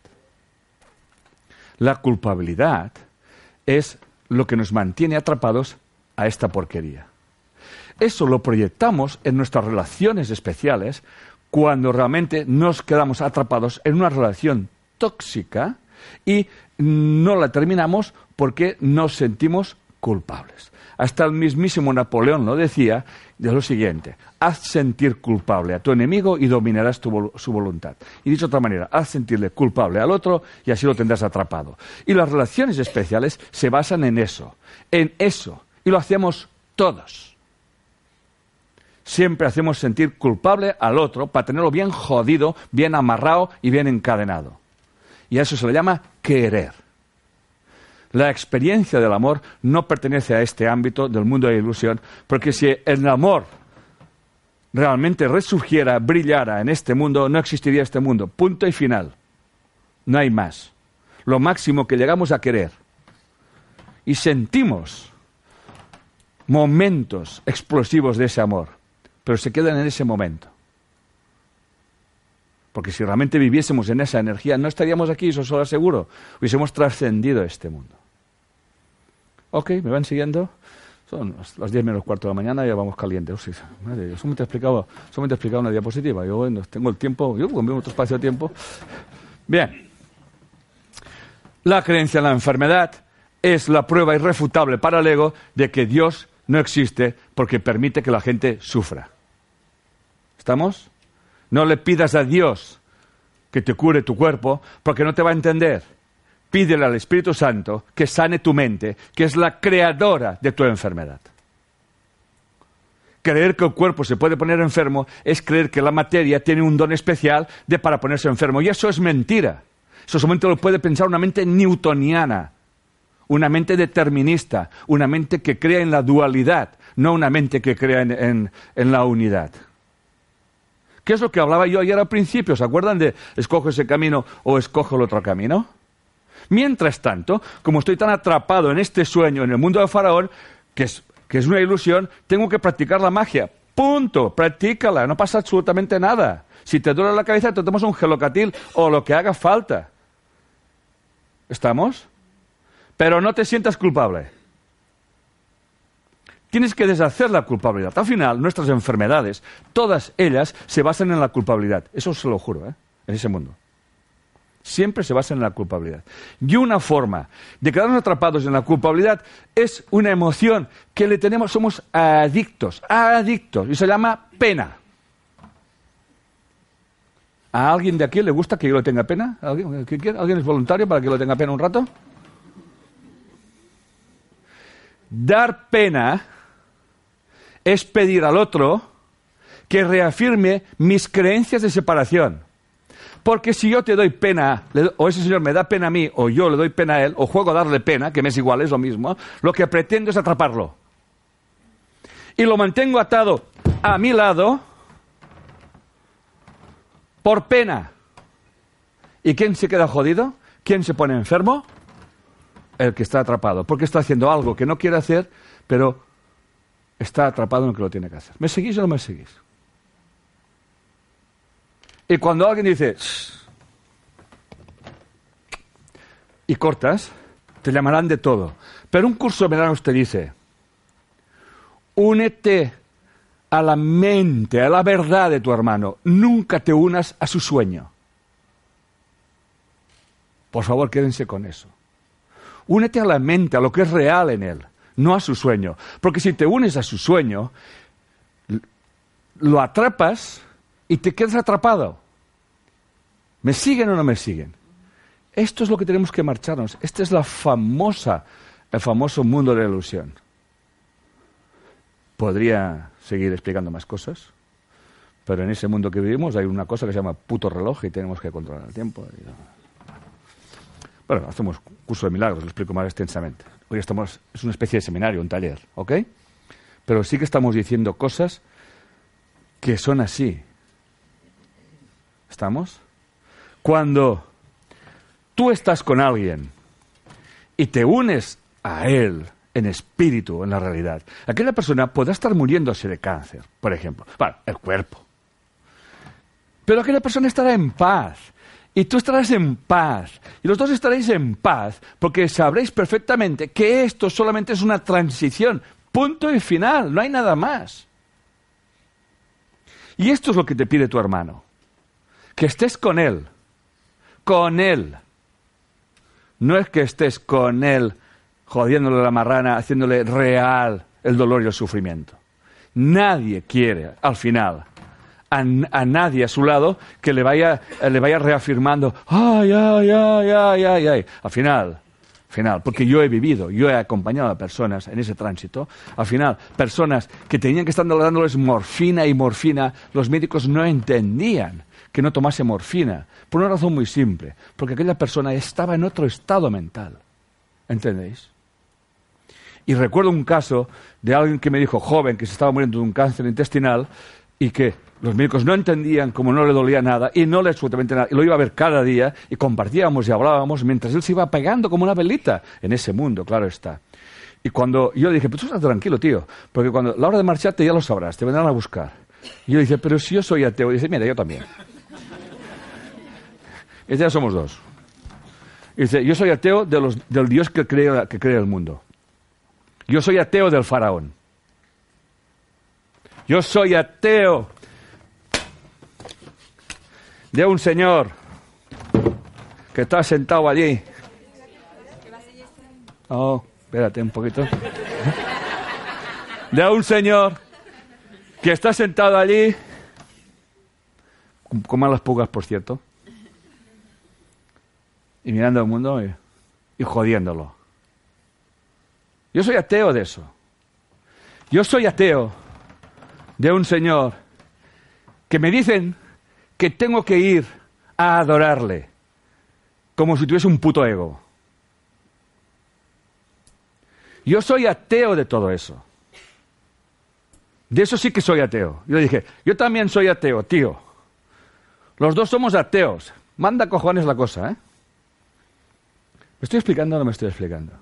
La culpabilidad es lo que nos mantiene atrapados a esta porquería. Eso lo proyectamos en nuestras relaciones especiales cuando realmente nos quedamos atrapados en una relación tóxica y no la terminamos porque nos sentimos culpables. Hasta el mismísimo Napoleón lo decía de lo siguiente: haz sentir culpable a tu enemigo y dominarás su voluntad. Y dicho de otra manera, haz sentirle culpable al otro y así lo tendrás atrapado. Y las relaciones especiales se basan en eso, y lo hacemos todos. Siempre hacemos sentir culpable al otro para tenerlo bien jodido, bien amarrado y bien encadenado. Y a eso se le llama querer. La experiencia del amor no pertenece a este ámbito del mundo de la ilusión, porque si el amor realmente resurgiera, brillara en este mundo, no existiría este mundo. Punto y final. No hay más. Lo máximo que llegamos a querer. Y sentimos momentos explosivos de ese amor, pero se quedan en ese momento. Porque si realmente viviésemos en esa energía, no estaríamos aquí, eso os lo aseguro. Hubiésemos trascendido este mundo. Ok, ¿me van siguiendo? Son las 10 menos cuarto de la mañana y ya vamos calientes. Sí, madre, yo solamente he explicado una diapositiva. Yo bueno, tengo el tiempo, yo con otro espacio de tiempo. Bien. La creencia en la enfermedad es la prueba irrefutable para el ego de que Dios no existe porque permite que la gente sufra. ¿Estamos? No le pidas a Dios que te cure tu cuerpo porque no te va a entender. Pídele al Espíritu Santo que sane tu mente, que es la creadora de tu enfermedad. Creer que el cuerpo se puede poner enfermo es creer que la materia tiene un don especial para ponerse enfermo. Y eso es mentira. Eso solamente lo puede pensar una mente newtoniana, una mente determinista, una mente que crea en la dualidad, no una mente que crea en la unidad. ¿Qué es lo que hablaba yo ayer al principio? ¿Se acuerdan de escojo ese camino o escojo el otro camino? Mientras tanto, como estoy tan atrapado en este sueño, en el mundo de Faraón, que es una ilusión, tengo que practicar la magia. Punto. Practícala. No pasa absolutamente nada. Si te duele la cabeza, te tomas un gelocatil o lo que haga falta. ¿Estamos? Pero no te sientas culpable. Tienes que deshacer la culpabilidad. Al final, nuestras enfermedades, todas ellas se basan en la culpabilidad. Eso se lo juro, en ese mundo. Siempre se basa en la culpabilidad. Y una forma de quedarnos atrapados en la culpabilidad es una emoción que le tenemos, somos adictos, y se llama pena. ¿A alguien de aquí le gusta que yo le tenga pena? ¿Alguien es voluntario para que lo tenga pena un rato? Dar pena es pedir al otro que reafirme mis creencias de separación. Porque si yo te doy pena, o ese señor me da pena a mí, o yo le doy pena a él, o juego a darle pena, que me es igual, es lo mismo, lo que pretendo es atraparlo. Y lo mantengo atado a mi lado por pena. ¿Y quién se queda jodido? ¿Quién se pone enfermo? El que está atrapado. Porque está haciendo algo que no quiere hacer, pero está atrapado en lo que lo tiene que hacer. ¿Me seguís o no me seguís? Y cuando alguien dice y cortas, te llamarán de todo. Pero un curso de verano te dice: únete a la mente, a la verdad de tu hermano. Nunca te unas a su sueño. Por favor, quédense con eso. Únete a la mente, a lo que es real en él, no a su sueño. Porque si te unes a su sueño, lo atrapas y te quedas atrapado. ¿Me siguen o no me siguen? Esto es lo que tenemos que marcharnos. Este es el famoso mundo de la ilusión. Podría seguir explicando más cosas, pero en ese mundo que vivimos hay una cosa que se llama puto reloj y tenemos que controlar el tiempo. Bueno, hacemos curso de milagros, lo explico más extensamente. Hoy es una especie de seminario, un taller, ¿ok? Pero sí que estamos diciendo cosas que son así. ¿Estamos? Cuando tú estás con alguien y te unes a él en espíritu, en la realidad, aquella persona podrá estar muriéndose de cáncer, por ejemplo. Bueno, el cuerpo. Pero aquella persona estará en paz. Y tú estarás en paz. Y los dos estaréis en paz. Porque sabréis perfectamente que esto solamente es una transición. Punto y final. No hay nada más. Y esto es lo que te pide tu hermano. Que estés con él. Con él. No es que estés con él jodiéndole la marrana, haciéndole real el dolor y el sufrimiento. Nadie quiere, al final, a nadie a su lado que le vaya reafirmando, ay, ay, ay, ay, ay, ay. Al final, porque yo he vivido, yo he acompañado a personas en ese tránsito, al final, personas que tenían que estar dándoles morfina y morfina, los médicos no entendían que no tomase morfina, por una razón muy simple, porque aquella persona estaba en otro estado mental. ¿Entendéis? Y recuerdo un caso de alguien que me dijo, joven, que se estaba muriendo de un cáncer intestinal y que los médicos no entendían, como no le dolía nada y no le absolutamente nada, y lo iba a ver cada día y compartíamos y hablábamos mientras él se iba pegando como una velita en ese mundo, claro está. Y cuando yo le dije, pero tú estás tranquilo, tío, porque cuando la hora de marcharte ya lo sabrás, te vendrán a buscar. Y yo le dije, pero si yo soy ateo, y dice, mira, yo también. Y dice, ya somos dos. Y dice, yo soy ateo del Dios que crea el mundo. Yo soy ateo del faraón. Yo soy ateo de un señor que está sentado allí. Oh, espérate un poquito. De un señor que está sentado allí, con malas pulgas, por cierto, y mirando al mundo y jodiéndolo. Yo soy ateo de eso. Yo soy ateo de un señor que me dicen que tengo que ir a adorarle como si tuviese un puto ego. Yo soy ateo de todo eso. De eso sí que soy ateo. Yo le dije, yo también soy ateo, tío. Los dos somos ateos. Manda cojones la cosa, ¿eh? ¿Me estoy explicando o no me estoy explicando?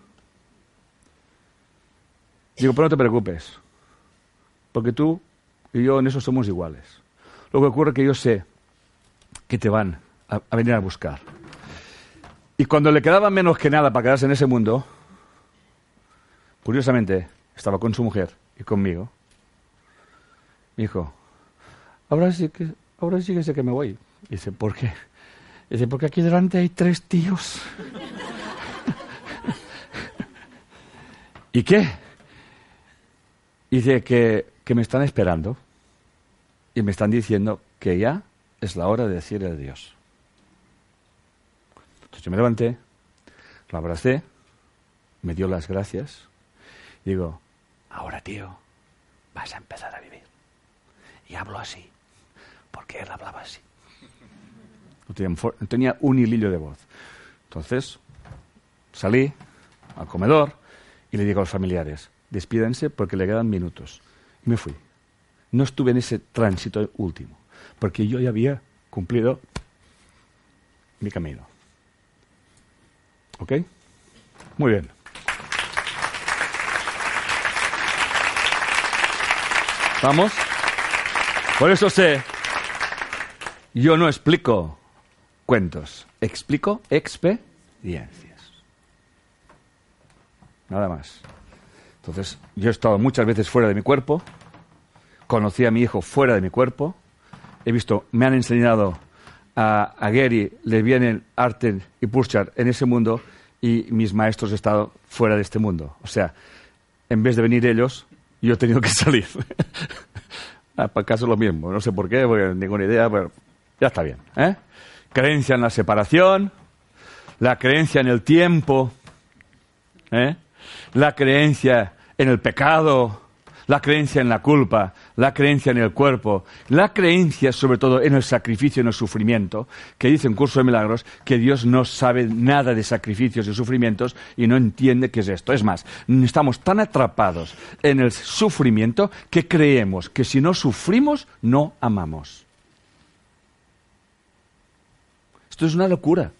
Digo, pero no te preocupes, porque tú y yo en eso somos iguales. Lo que ocurre es que yo sé que te van a venir a buscar. Y cuando le quedaba menos que nada para quedarse en ese mundo, curiosamente, estaba con su mujer y conmigo. Me dijo, ahora sí que sé que me voy. Y dice, ¿por qué? Y dice, porque aquí delante hay 3 tíos. ¿Y qué? Y dice que me están esperando y me están diciendo que ya es la hora de decirle adiós. Entonces yo me levanté, lo abracé, me dio las gracias y digo, ahora tío, vas a empezar a vivir. Y hablo así, porque él hablaba así. No tenía un hilillo de voz. Entonces salí al comedor y le digo a los familiares, despídense porque le quedan minutos. Y me fui. No estuve en ese tránsito último, porque yo ya había cumplido mi camino. ¿Ok? Muy bien. ¿Vamos? Por eso sé, yo no explico cuentos, explico experiencias. Nada más. Entonces, yo he estado muchas veces fuera de mi cuerpo, conocí a mi hijo fuera de mi cuerpo, me han enseñado a Gary, Levienen, Arten y Purchard en ese mundo y mis maestros han estado fuera de este mundo. O sea, en vez de venir ellos, yo he tenido que salir. Para caso lo mismo, no sé por qué, porque ninguna idea, pero ya está bien. Creencia en la separación, la creencia en el tiempo, la creencia en el pecado, la creencia en la culpa, la creencia en el cuerpo, la creencia sobre todo en el sacrificio, en el sufrimiento, que dice en Curso de Milagros que Dios no sabe nada de sacrificios y sufrimientos y no entiende qué es esto. Es más, estamos tan atrapados en el sufrimiento que creemos que si no sufrimos, no amamos. Esto es una locura.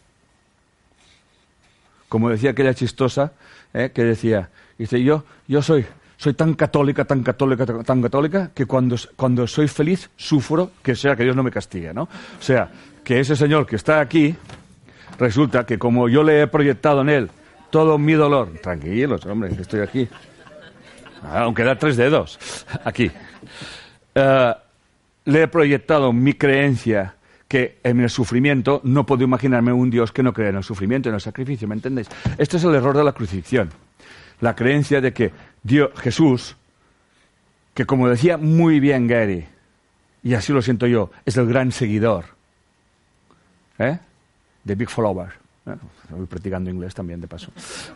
Como decía aquella chistosa, que decía, dice, yo soy tan católica, que cuando soy feliz sufro, que sea que Dios no me castigue, ¿no? O sea, que ese señor que está aquí, resulta que como yo le he proyectado en él todo mi dolor, tranquilos, hombre, que estoy aquí, aunque da 3 dedos, aquí, le he proyectado mi creencia que en el sufrimiento no puedo imaginarme un Dios que no cree en el sufrimiento, en el sacrificio, ¿me entendéis? Este es el error de la crucifixión. La creencia de que Jesús, que como decía muy bien Gary, y así lo siento yo, es el gran seguidor, The Big Follower. Estoy practicando inglés también, de paso.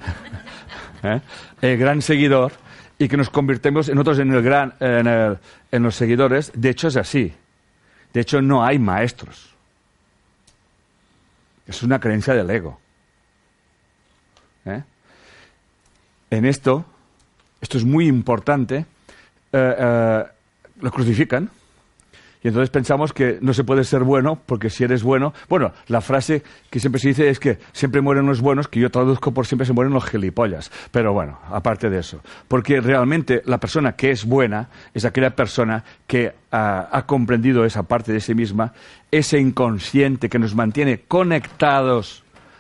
El gran seguidor, y que nos convirtemos nosotros en los seguidores. De hecho, es así. De hecho, no hay maestros. Es una creencia del ego. En esto es muy importante, lo crucifican, y entonces pensamos que no se puede ser bueno, porque si eres bueno... Bueno, la frase que siempre se dice es que siempre mueren los buenos, que yo traduzco por siempre se mueren los gilipollas. Pero bueno, aparte de eso. Porque realmente la persona que es buena es aquella persona que ha comprendido esa parte de sí misma, ese inconsciente que nos mantiene conectados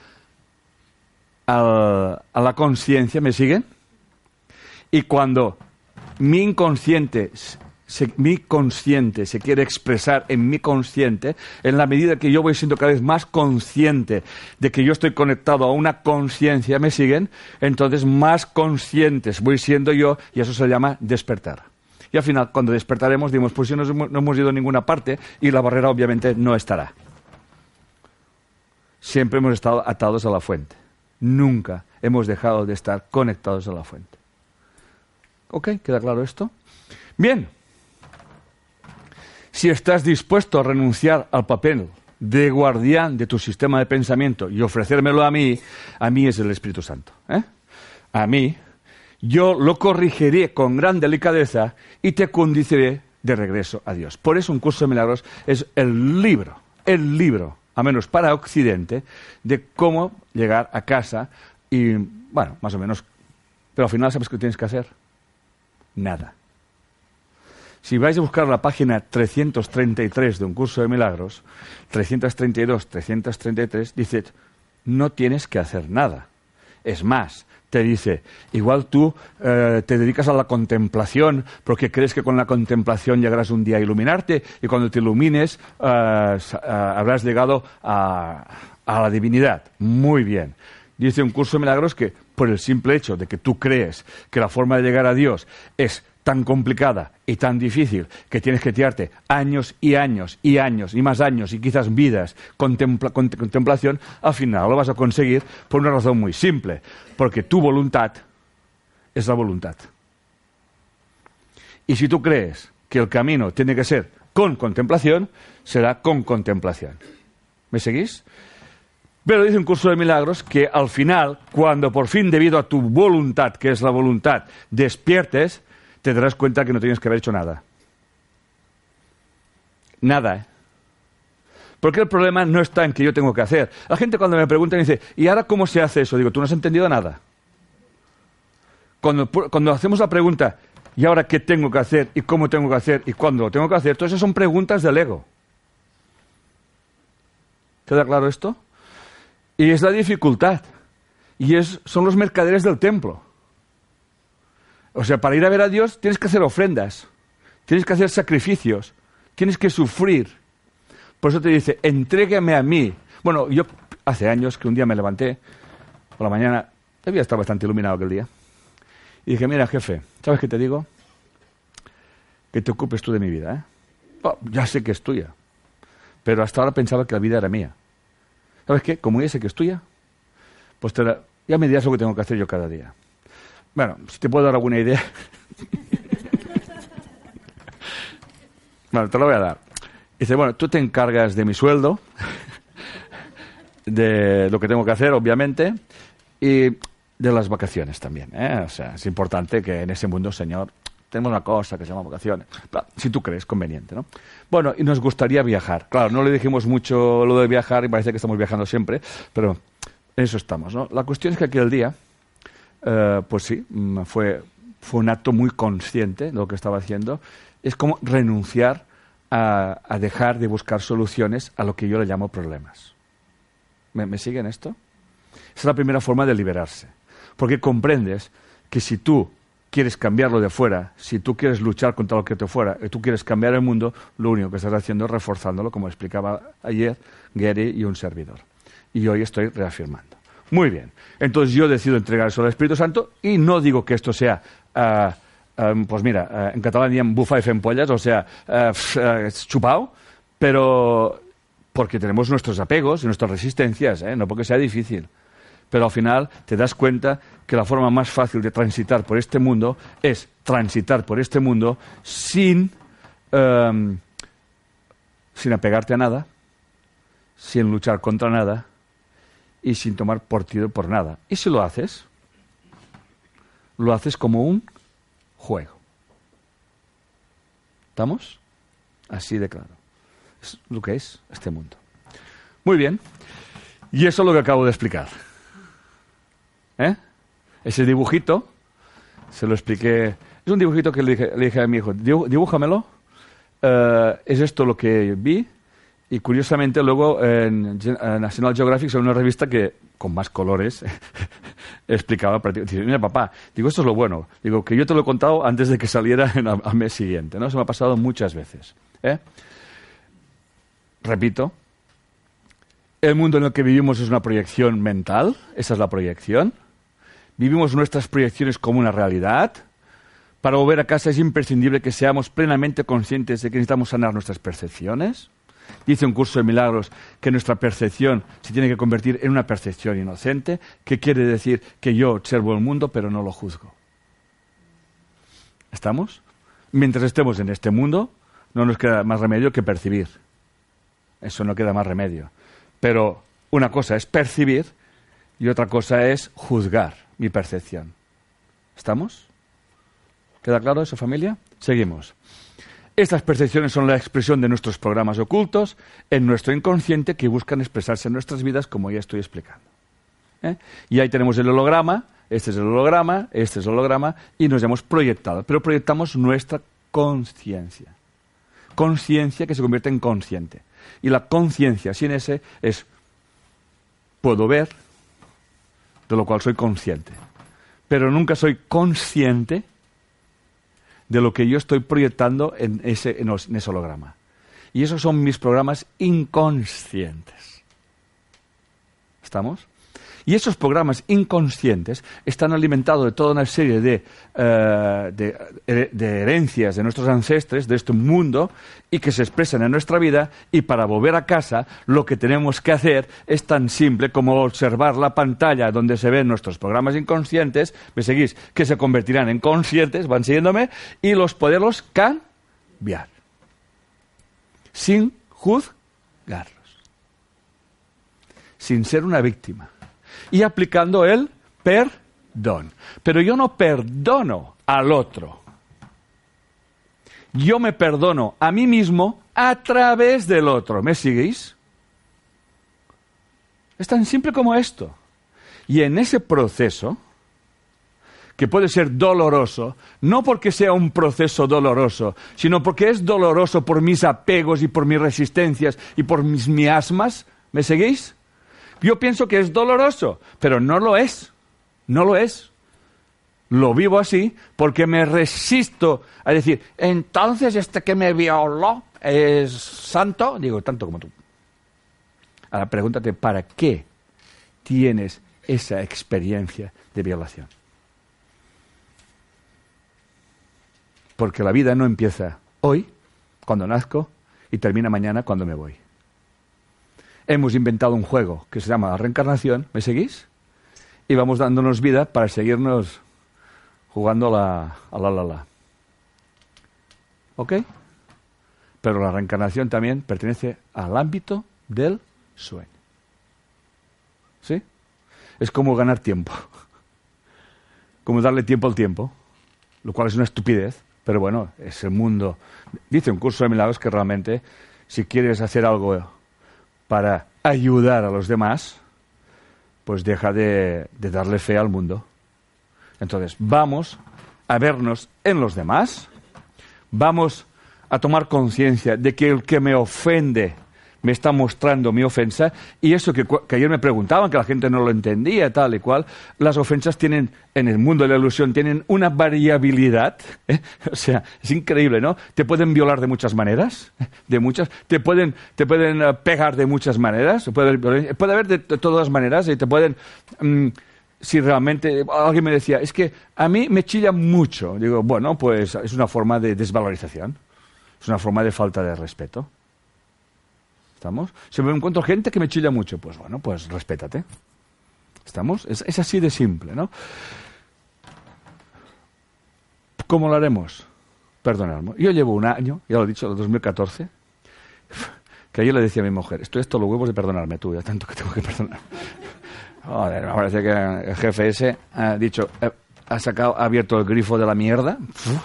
a la conciencia, ¿me siguen? Y cuando mi consciente se quiere expresar en mi consciente, en la medida que yo voy siendo cada vez más consciente de que yo estoy conectado a una conciencia, ¿me siguen? Entonces más conscientes voy siendo yo, y eso se llama despertar. Y al final, cuando despertaremos, dimos, pues si no hemos ido a ninguna parte, y la barrera obviamente no estará. Siempre hemos estado atados a la fuente. Nunca hemos dejado de estar conectados a la fuente. ¿Ok? ¿Queda claro esto? Bien. Si estás dispuesto a renunciar al papel de guardián de tu sistema de pensamiento y ofrecérmelo a mí es el Espíritu Santo. A mí, yo lo corregiré con gran delicadeza y te conduciré de regreso a Dios. Por eso un curso de milagros es el libro, a menos para Occidente, de cómo llegar a casa y, bueno, más o menos. Pero al final, ¿sabes qué tienes que hacer? Nada. Si vais a buscar la página 333 de un curso de milagros, 332, 333, dice, no tienes que hacer nada. Es más, te dice, igual tú te dedicas a la contemplación porque crees que con la contemplación llegarás un día a iluminarte y cuando te ilumines habrás llegado a la divinidad. Muy bien. Dice un curso de milagros que por el simple hecho de que tú crees que la forma de llegar a Dios es tan complicada y tan difícil que tienes que tirarte años y años y años y más años y quizás vidas contemplación, al final lo vas a conseguir por una razón muy simple, porque tu voluntad es la voluntad. Y si tú crees que el camino tiene que ser con contemplación, será con contemplación. ¿Me seguís? Pero dice un curso de milagros que al final, cuando por fin, debido a tu voluntad, que es la voluntad, despiertes, te darás cuenta que no tienes que haber hecho nada. Nada, Porque el problema no está en que yo tengo que hacer. La gente cuando me pregunta me dice, ¿y ahora cómo se hace eso? Digo, tú no has entendido nada. Cuando hacemos la pregunta, ¿y ahora qué tengo que hacer? ¿Y cómo tengo que hacer? ¿Y cuándo lo tengo que hacer? Todas esas son preguntas del ego. ¿Queda claro esto? Y es la dificultad. Y son los mercaderes del templo. O sea, para ir a ver a Dios tienes que hacer ofrendas, tienes que hacer sacrificios, tienes que sufrir. Por eso te dice, entrégame a mí. Bueno, yo hace años que un día me levanté por la mañana, debía estar bastante iluminado aquel día, y dije, mira, jefe, ¿sabes qué te digo? Que te ocupes tú de mi vida, ¿eh? Oh, ya sé que es tuya, pero hasta ahora pensaba que la vida era mía. ¿Sabes qué? Como ya sé que es tuya, pues ya me dirás lo que tengo que hacer yo cada día. Bueno, si te puedo dar alguna idea. Bueno, te lo voy a dar. Dice, bueno, tú te encargas de mi sueldo, de lo que tengo que hacer, obviamente, y de las vacaciones también, ¿eh? O sea, es importante que en ese mundo, señor, tenemos una cosa que se llama vacaciones. Si tú crees conveniente, ¿no? Bueno, y nos gustaría viajar. Claro, no le dijimos mucho lo de viajar y parece que estamos viajando siempre, pero en eso estamos, ¿no? La cuestión es que aquel día, pues sí, fue un acto muy consciente de lo que estaba haciendo. Es como renunciar a dejar de buscar soluciones a lo que yo le llamo problemas. ¿Me siguen esto? Esa es la primera forma de liberarse. Porque comprendes que si tú quieres cambiarlo de fuera, si tú quieres luchar contra lo que te fuera, y tú quieres cambiar el mundo, lo único que estás haciendo es reforzándolo, como explicaba ayer Gary y un servidor. Y hoy estoy reafirmando. Muy bien. Entonces yo decido entregar eso al Espíritu Santo y no digo que esto sea, pues mira, en catalán dirían bufa y fempollas, o sea, chupao, pero porque tenemos nuestros apegos y nuestras resistencias, no porque sea difícil. Pero al final te das cuenta que la forma más fácil de transitar por este mundo es transitar por este mundo sin apegarte a nada, sin luchar contra nada y sin tomar partido por nada. Y si lo haces como un juego. ¿Estamos? Así de claro. Es lo que es este mundo. Muy bien. Y eso es lo que acabo de explicar. Ese dibujito, se lo expliqué. Es un dibujito que le dije a mi hijo, dibújamelo. Es esto lo que vi. Y curiosamente luego en National Geographic, en una revista que con más colores explicaba prácticamente. Mira papá, digo, esto es lo bueno. Digo, que yo te lo he contado antes de que saliera al mes siguiente, ¿no? Se me ha pasado muchas veces. Repito, el mundo en el que vivimos es una proyección mental, esa es la proyección. Vivimos nuestras proyecciones como una realidad. Para volver a casa es imprescindible que seamos plenamente conscientes de que necesitamos sanar nuestras percepciones. Dice un curso de milagros que nuestra percepción se tiene que convertir en una percepción inocente, que quiere decir que yo observo el mundo pero no lo juzgo. ¿Estamos? Mientras estemos en este mundo, no nos queda más remedio que percibir. Eso no queda más remedio. Pero una cosa es percibir y otra cosa es juzgar mi percepción. ¿Estamos? ¿Queda claro eso, familia? Seguimos. Estas percepciones son la expresión de nuestros programas ocultos en nuestro inconsciente que buscan expresarse en nuestras vidas, como ya estoy explicando. Y ahí tenemos el holograma, este es el holograma, este es el holograma, y nos hemos proyectado. Pero proyectamos nuestra conciencia. Conciencia que se convierte en consciente. Y la conciencia sin ese es puedo ver, de lo cual soy consciente. Pero nunca soy consciente de lo que yo estoy proyectando en ese holograma. Y esos son mis programas inconscientes. ¿Estamos? Y esos programas inconscientes están alimentados de toda una serie de herencias de nuestros ancestres, de este mundo, y que se expresan en nuestra vida, y para volver a casa lo que tenemos que hacer es tan simple como observar la pantalla donde se ven nuestros programas inconscientes, ¿me seguís? Que se convertirán en conscientes, van siguiéndome, y poderlos cambiar. Sin juzgarlos. Sin ser una víctima. Y aplicando el perdón. Pero yo no perdono al otro. Yo me perdono a mí mismo a través del otro. ¿Me seguís? Es tan simple como esto. Y en ese proceso, que puede ser doloroso, no porque sea un proceso doloroso, sino porque es doloroso por mis apegos y por mis resistencias y por mis miasmas, ¿me seguís? Yo pienso que es doloroso, pero no lo es. No lo es. Lo vivo así porque me resisto a decir, entonces este que me violó es santo. Digo, tanto como tú. Ahora pregúntate, ¿para qué tienes esa experiencia de violación? Porque la vida no empieza hoy, cuando nazco, y termina mañana cuando me voy. Hemos inventado un juego que se llama la reencarnación, ¿me seguís? Y vamos dándonos vida para seguirnos jugando a la. ¿Ok? pero la reencarnación también pertenece al ámbito del sueño. ¿Sí? Es como ganar tiempo. Como darle tiempo al tiempo, lo cual es una estupidez, pero bueno, es el mundo. Dice un curso de milagros que realmente, si quieres hacer algo para ayudar a los demás, pues deja de darle fe al mundo. Entonces, vamos a vernos en los demás, vamos a tomar conciencia de que el que me ofende me está mostrando mi ofensa, y eso que ayer me preguntaban, que la gente no lo entendía, tal y cual, las ofensas tienen, en el mundo de la ilusión, tienen una variabilidad, o sea, es increíble, ¿no? Te pueden violar de muchas maneras, te pueden pegar de muchas maneras, puede haber de todas las maneras, y te pueden... si realmente, alguien me decía, es que a mí me chilla mucho, digo, bueno, pues es una forma de desvalorización, es una forma de falta de respeto. ¿Estamos? Si me encuentro gente que me chilla mucho, pues bueno, pues respétate. ¿Estamos? Es así de simple, ¿no? ¿Cómo lo haremos? Perdonadme. Yo llevo un año, ya lo he dicho, el 2014, que ayer le decía a mi mujer, estoy hasta los huevos de perdonarme tú, ya tanto que tengo que perdonar. Joder, me parece que el jefe ese ha dicho, ha abierto el grifo de la mierda.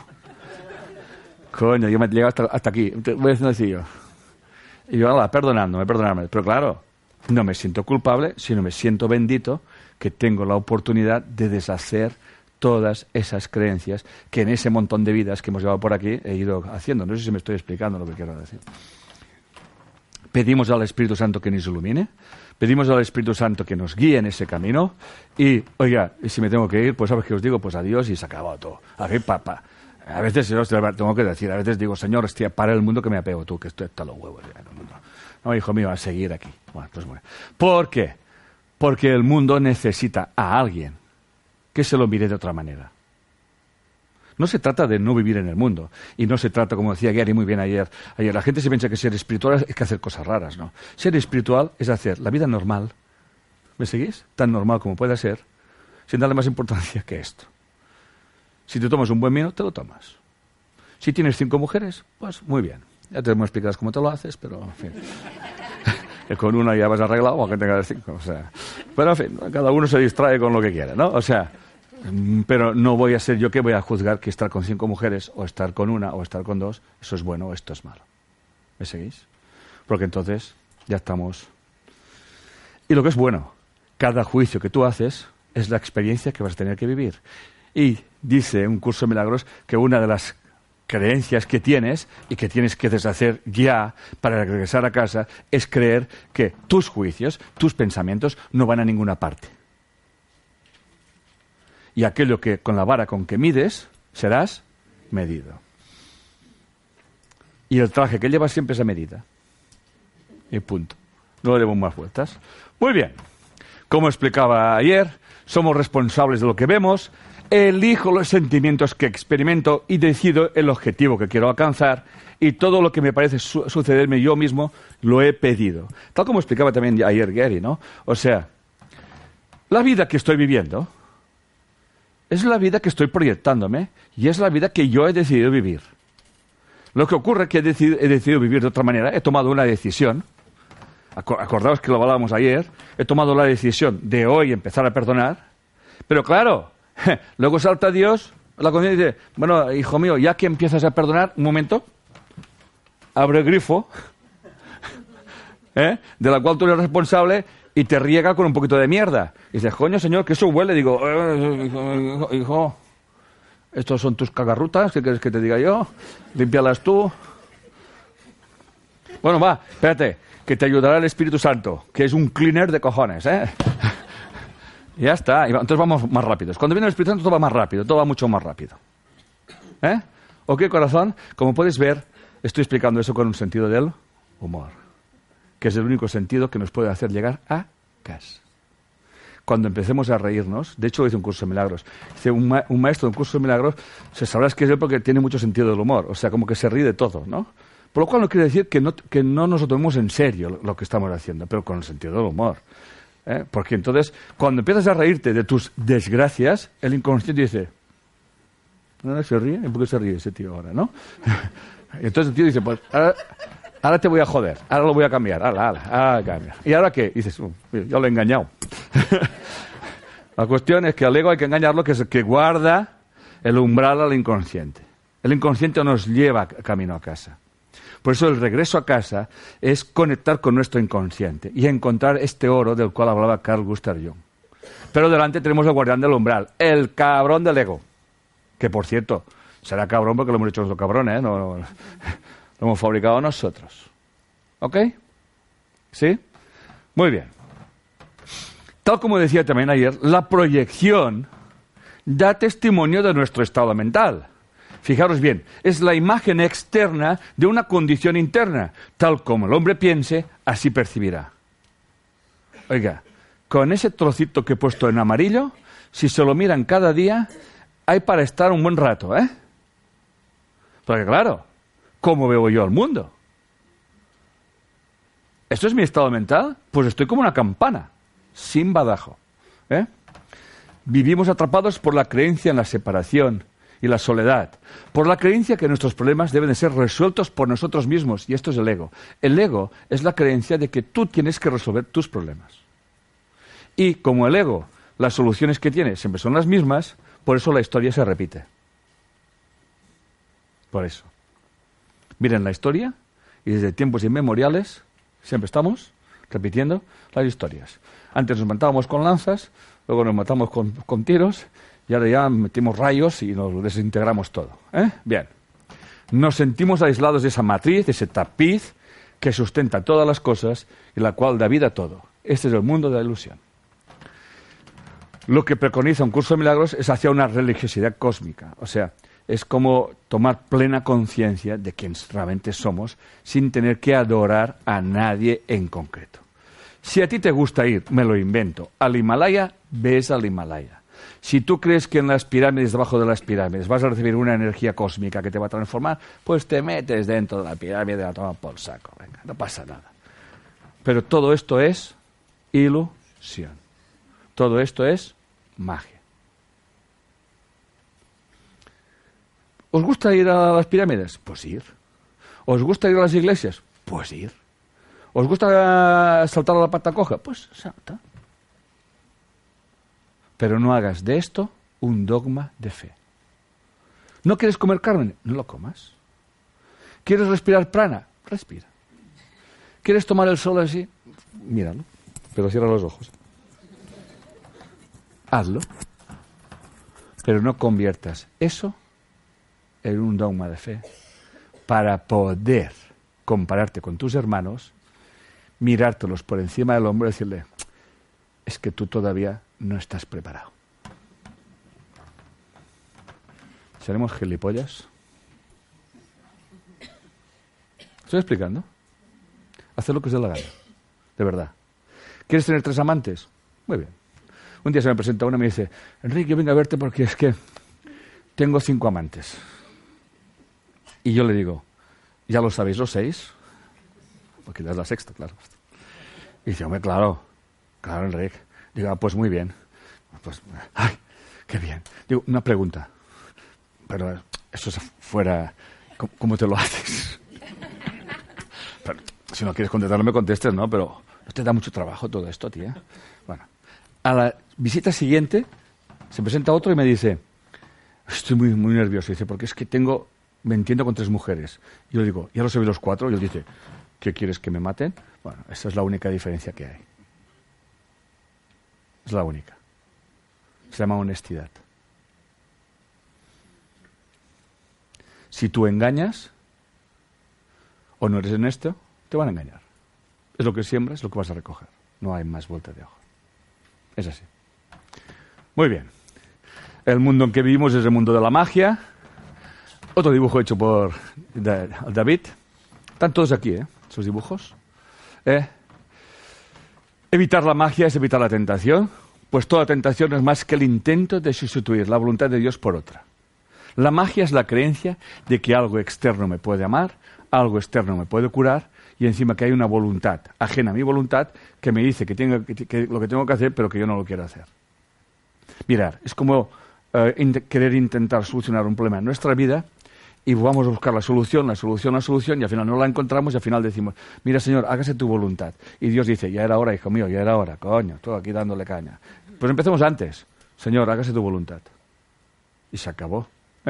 Coño, yo me he llegado hasta aquí. Voy a decir sencillo. Y yo, perdonarme. Pero claro, no me siento culpable, sino me siento bendito que tengo la oportunidad de deshacer todas esas creencias que en ese montón de vidas que hemos llevado por aquí he ido haciendo. No sé si me estoy explicando lo que quiero decir. Pedimos al Espíritu Santo que nos ilumine, pedimos al Espíritu Santo que nos guíe en ese camino y, oiga, si me tengo que ir, pues ¿sabes qué os digo? Pues adiós y se acabó todo. A ver, papá. A veces yo tengo que decir, a veces digo, Señor, hostia, para el mundo que me apego tú, que estoy hasta los huevos ya en el mundo. No, hijo mío, a seguir aquí. Bueno, pues bueno. ¿Por qué? Porque el mundo necesita a alguien que se lo mire de otra manera. No se trata de no vivir en el mundo. Y no se trata, como decía Gary muy bien ayer, la gente se piensa que ser espiritual es que hacer cosas raras, ¿no? Ser espiritual es hacer la vida normal, ¿me seguís? Tan normal como pueda ser, sin darle más importancia que esto. Si te tomas un buen vino, te lo tomas. Si tienes 5 mujeres, pues muy bien. Ya te explicarás cómo te lo haces, pero en fin. Con una ya vas arreglado, o que tengas 5. O sea, pero en fin, cada uno se distrae con lo que quiera, ¿no? O sea, pero no voy a ser yo que voy a juzgar que estar con 5 mujeres, o estar con una, o estar con 2, eso es bueno o esto es malo. ¿Me seguís? Porque entonces ya estamos. Y lo que es bueno, cada juicio que tú haces es la experiencia que vas a tener que vivir. Y dice un curso de milagros que una de las creencias que tienes y que tienes que deshacer ya para regresar a casa es creer que tus juicios, tus pensamientos no van a ninguna parte. Y aquello que con la vara con que mides serás medido. Y el traje que llevas siempre es a medida. Y punto. No le demos más vueltas. Muy bien. Como explicaba ayer, somos responsables de lo que vemos. Elijo los sentimientos que experimento y decido el objetivo que quiero alcanzar, y todo lo que me parece sucederme yo mismo lo he pedido. Tal como explicaba también ayer Gary, ¿no? O sea, la vida que estoy viviendo es la vida que estoy proyectándome y es la vida que yo he decidido vivir. Lo que ocurre es que he decidido vivir de otra manera, he tomado una decisión. Acordaos que lo hablábamos ayer, he tomado la decisión de hoy empezar a perdonar, pero claro, luego salta Dios, la conciencia dice, bueno, hijo mío, ya que empiezas a perdonar, un momento, abre el grifo, de la cual tú eres responsable, y te riega con un poquito de mierda. Y dices, coño, señor, que eso huele. Digo, hijo, estos son tus cagarrutas, ¿qué quieres que te diga yo? Límpialas tú. Bueno, va, espérate, que te ayudará el Espíritu Santo, que es un cleaner de cojones, Ya está, entonces vamos más rápidos. Cuando viene el Espíritu Santo todo va más rápido, todo va mucho más rápido. ¿Ok, corazón? Como puedes ver, estoy explicando eso con un sentido del humor, que es el único sentido que nos puede hacer llegar a casa. Cuando empecemos a reírnos, de hecho hice un curso de milagros, dice un maestro de un curso de milagros, se sabrás que es él porque tiene mucho sentido del humor, o sea, como que se ríe de todo, ¿no? Por lo cual no quiere decir que no nos lo tomemos en serio lo que estamos haciendo, pero con el sentido del humor. Porque entonces, cuando empiezas a reírte de tus desgracias, el inconsciente dice, ¿no se ríe? ¿Por qué se ríe ese tío ahora, no? Y entonces el tío dice, pues ahora te voy a joder, ahora lo voy a cambiar, ahora cambia. ¿Y ahora qué? Y dices, yo lo he engañado. La cuestión es que al ego hay que engañarlo, que es el que guarda el umbral al inconsciente. El inconsciente nos lleva camino a casa. Por eso el regreso a casa es conectar con nuestro inconsciente y encontrar este oro del cual hablaba Carl Gustav Jung. Pero delante tenemos el guardián del umbral, el cabrón del ego. Que, por cierto, será cabrón porque lo hemos hecho nosotros cabrones, ¿eh? No, lo hemos fabricado nosotros. ¿Ok? ¿Sí? Muy bien. Tal como decía también ayer, la proyección da testimonio de nuestro estado mental. Fijaros bien, es la imagen externa de una condición interna. Tal como el hombre piense, así percibirá. Oiga, con ese trocito que he puesto en amarillo, si se lo miran cada día, hay para estar un buen rato, ¿eh? Porque claro, ¿cómo veo yo el mundo? ¿Esto es mi estado mental? Pues estoy como una campana, sin badajo, ¿eh? Vivimos atrapados por la creencia en la separación y la soledad, por la creencia que nuestros problemas deben de ser resueltos por nosotros mismos, y esto es el ego. El ego es la creencia de que tú tienes que resolver tus problemas. Y como el ego, las soluciones que tiene siempre son las mismas, por eso la historia se repite. Por eso. Miren la historia, y desde tiempos inmemoriales siempre estamos repitiendo las historias. Antes nos matábamos con lanzas, luego nos matamos con tiros, y ahora ya metimos rayos y nos desintegramos todo. Bien. Nos sentimos aislados de esa matriz, de ese tapiz que sustenta todas las cosas y la cual da vida a todo. Este es el mundo de la ilusión. Lo que preconiza un curso de milagros es hacia una religiosidad cósmica. O sea, es como tomar plena conciencia de quién realmente somos sin tener que adorar a nadie en concreto. Si a ti te gusta ir, me lo invento, al Himalaya, ves al Himalaya. Si tú crees que en las pirámides, debajo de las pirámides, vas a recibir una energía cósmica que te va a transformar, pues te metes dentro de la pirámide y la tomas por saco. Venga, no pasa nada. Pero todo esto es ilusión. Todo esto es magia. ¿Os gusta ir a las pirámides? Pues ir. ¿Os gusta ir a las iglesias? Pues ir. ¿Os gusta saltar a la pata coja? Pues salta. Pero no hagas de esto un dogma de fe. ¿No quieres comer carne? No lo comas. ¿Quieres respirar prana? Respira. ¿Quieres tomar el sol así? Míralo, pero cierra los ojos. Hazlo. Pero no conviertas eso en un dogma de fe para poder compararte con tus hermanos, mirártelos por encima del hombro y decirle, es que tú todavía no estás preparado. ¿Seremos gilipollas? ¿Estoy explicando? Haz lo que os dé la gana. De verdad. ¿Quieres tener 3 amantes? Muy bien. Un día se me presenta uno y me dice, Enrique, yo vengo a verte porque es que tengo 5 amantes. Y yo le digo, ¿ya lo sabéis los 6? Porque ya es la sexta, claro. Y dice, hombre, claro, Enrique. Digo, pues muy bien. Pues, ¡ay, qué bien! Digo, una pregunta. Pero eso es fuera... ¿Cómo te lo haces? Pero, si no quieres contestar, no me contestes, ¿no? Pero no te da mucho trabajo todo esto, tía. Bueno, a la visita siguiente se presenta otro y me dice, estoy muy, muy nervioso. Dice, porque es que me entiendo con 3 mujeres. Y yo digo, ¿ya lo sabéis los 4? Y él dice, ¿qué quieres, que me maten? Bueno, esa es la única diferencia que hay. Es la única. Se llama honestidad. Si tú engañas o no eres honesto, te van a engañar. Es lo que siembras, es lo que vas a recoger. No hay más vuelta de hoja. Es así. Muy bien. El mundo en que vivimos es el mundo de la magia. Otro dibujo hecho por David. Están todos aquí, esos dibujos. Evitar la magia es evitar la tentación, pues toda tentación es más que el intento de sustituir la voluntad de Dios por otra. La magia es la creencia de que algo externo me puede amar, algo externo me puede curar, y encima que hay una voluntad ajena a mi voluntad que me dice que lo que tengo que hacer, pero que yo no lo quiero hacer. Mirad, es como querer intentar solucionar un problema en nuestra vida y vamos a buscar la solución, y al final no la encontramos y al final decimos, mira Señor, hágase tu voluntad. Y Dios dice, ya era hora, hijo mío, ya era hora, coño, todo aquí dándole caña. Pues empecemos antes. Señor, hágase tu voluntad. Y se acabó.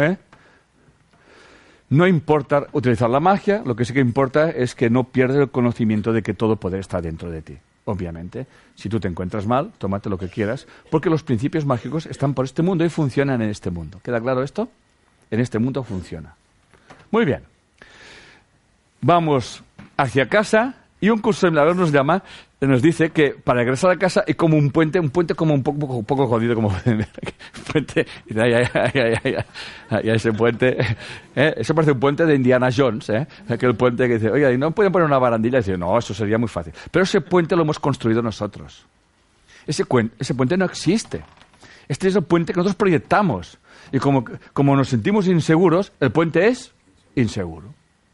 No importa utilizar la magia, lo que sí que importa es que no pierdas el conocimiento de que todo poder está dentro de ti. Obviamente, si tú te encuentras mal, tómate lo que quieras, porque los principios mágicos están por este mundo y funcionan en este mundo. ¿Queda claro esto? En este mundo funciona. Muy bien. Vamos hacia casa y un curso de milagros nos dice que para regresar a casa es como un puente como un poco jodido, como pueden ver. Puente, y ese puente, eso parece un puente de Indiana Jones, aquel puente que dice, oye, ¿no pueden poner una barandilla? Y dice, no, eso sería muy fácil. Pero ese puente lo hemos construido nosotros. Ese puente no existe. Este es el puente que nosotros proyectamos. Y como nos sentimos inseguros, el puente es inseguro.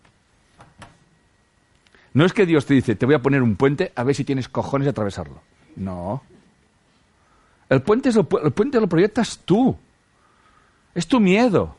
No es que Dios te dice, te voy a poner un puente a ver si tienes cojones de atravesarlo. No. El puente lo proyectas tú. Es tu miedo.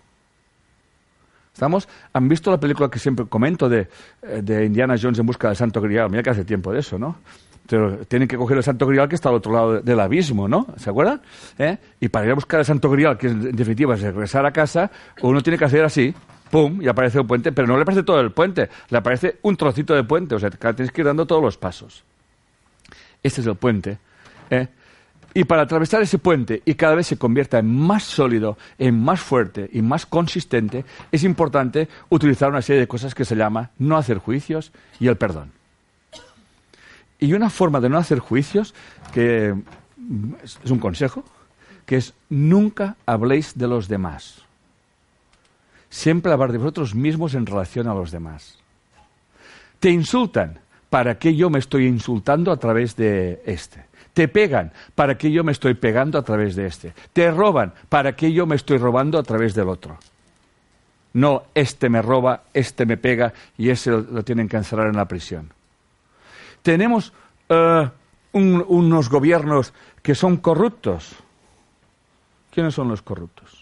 ¿Han visto la película que siempre comento de Indiana Jones en busca del Santo Grial? Mira que hace tiempo de eso, ¿no? Pero tienen que coger el Santo Grial que está al otro lado del abismo, ¿no? ¿Se acuerdan? Y para ir a buscar el Santo Grial, que en definitiva es regresar a casa, uno tiene que hacer así, ¡pum!, y aparece un puente, pero no le aparece todo el puente, le aparece un trocito de puente, o sea, tienes que ir dando todos los pasos. Este es el puente, Y para atravesar ese puente y cada vez se convierta en más sólido, en más fuerte y más consistente, es importante utilizar una serie de cosas que se llama no hacer juicios y el perdón. Y una forma de no hacer juicios, que es un consejo, que es nunca habléis de los demás. Siempre hablar de vosotros mismos en relación a los demás. Te insultan, ¿para qué yo me estoy insultando a través de este? Te pegan, ¿para qué yo me estoy pegando a través de este? Te roban, ¿para qué yo me estoy robando a través del otro? No, este me roba, este me pega y ese lo tienen que encerrar en la prisión. Tenemos unos gobiernos que son corruptos. ¿Quiénes son los corruptos?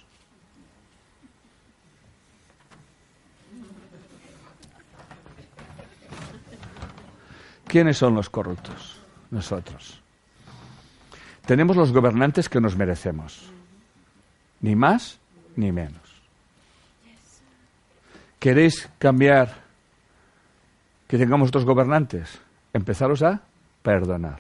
¿Quiénes son los corruptos? Nosotros. Tenemos los gobernantes que nos merecemos. Ni más ni menos. ¿Queréis cambiar que tengamos otros gobernantes? Empezaros a perdonar.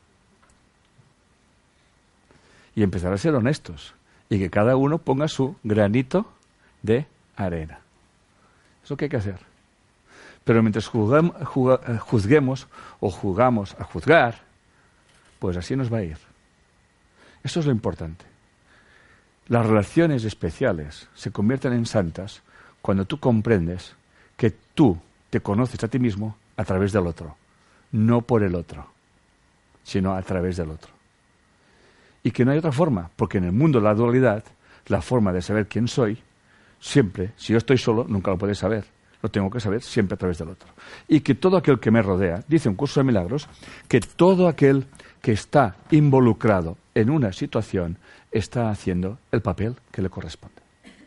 Y empezar a ser honestos. Y que cada uno ponga su granito de arena. Es lo que hay que hacer. Pero mientras juzguemos o jugamos a juzgar, pues así nos va a ir. Eso es lo importante. Las relaciones especiales se convierten en santas cuando tú comprendes que tú te conoces a ti mismo a través del otro. No por el otro, sino a través del otro. Y que no hay otra forma, porque en el mundo de la dualidad, la forma de saber quién soy, siempre, si yo estoy solo, nunca lo puedes saber. Lo tengo que saber siempre a través del otro. Y que todo aquel que me rodea, dice un curso de milagros, que todo aquel que está involucrado en una situación está haciendo el papel que le corresponde.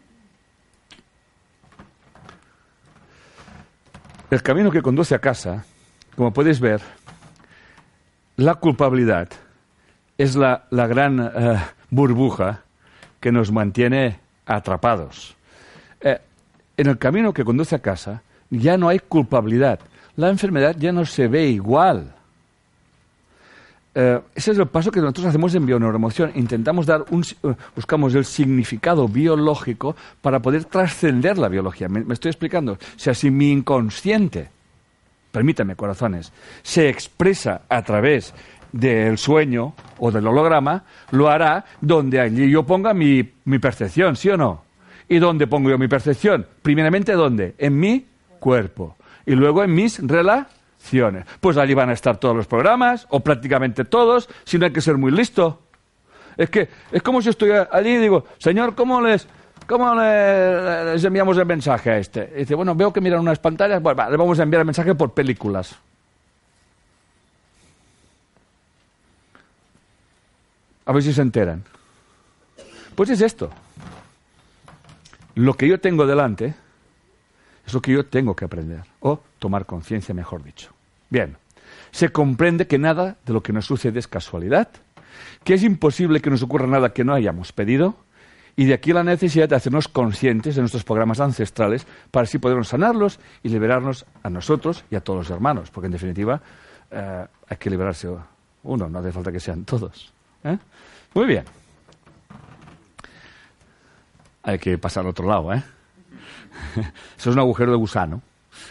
El camino que conduce a casa, como podéis ver, la culpabilidad es la gran burbuja que nos mantiene atrapados. En el camino que conduce a casa ya no hay culpabilidad. La enfermedad ya no se ve igual. Ese es el paso que nosotros hacemos en bioneuroemoción. Intentamos buscamos el significado biológico para poder trascender la biología. ¿Me estoy explicando? O sea, si mi inconsciente, permítame, corazones, se expresa a través del sueño o del holograma, lo hará donde allí yo ponga mi percepción, ¿sí o no? ¿Y dónde pongo yo mi percepción? Primeramente, ¿dónde? En mi cuerpo. Y luego en mis relaciones. Pues allí van a estar todos los programas, o prácticamente todos, si no hay que ser muy listo. Es como si estoy allí y digo, Señor, ¿cómo les enviamos el mensaje a este? Y dice, bueno, veo que miran unas pantallas, bueno, le vamos a enviar el mensaje por películas. A ver si se enteran. Pues es esto. Lo que yo tengo delante Es lo que yo tengo que aprender, o tomar conciencia, mejor dicho. Bien, se comprende que nada de lo que nos sucede es casualidad, que es imposible que nos ocurra nada que no hayamos pedido, y de aquí la necesidad de hacernos conscientes de nuestros programas ancestrales para así podernos sanarlos y liberarnos a nosotros y a todos los hermanos, porque en definitiva hay que liberarse uno, no hace falta que sean todos. Muy bien. Hay que pasar al otro lado, Eso es un agujero de gusano.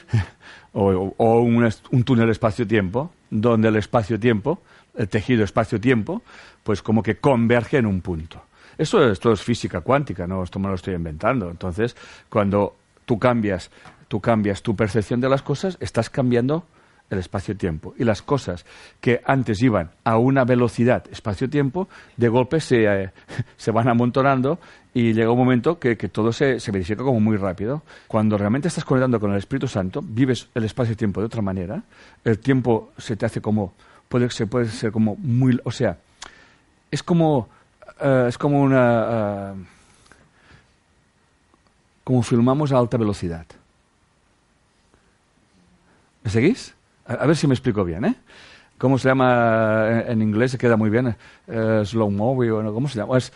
o un túnel espacio-tiempo, donde el espacio-tiempo, el tejido espacio-tiempo, pues como que converge en un punto. Esto es física cuántica, no, esto me lo estoy inventando. Entonces, cuando tú cambias tu percepción de las cosas, estás cambiando el espacio-tiempo. Y las cosas que antes iban a una velocidad espacio-tiempo, de golpe se van amontonando y llega un momento que todo se verifica como muy rápido. Cuando realmente estás conectando con el Espíritu Santo, vives el espacio-tiempo de otra manera, el tiempo se te hace como, puede ser como muy, o sea, es como como filmamos a alta velocidad. ¿Me seguís? A ver si me explico bien, ¿Cómo se llama en inglés? Se queda muy bien. Slow movie, ¿no? ¿Cómo se llama?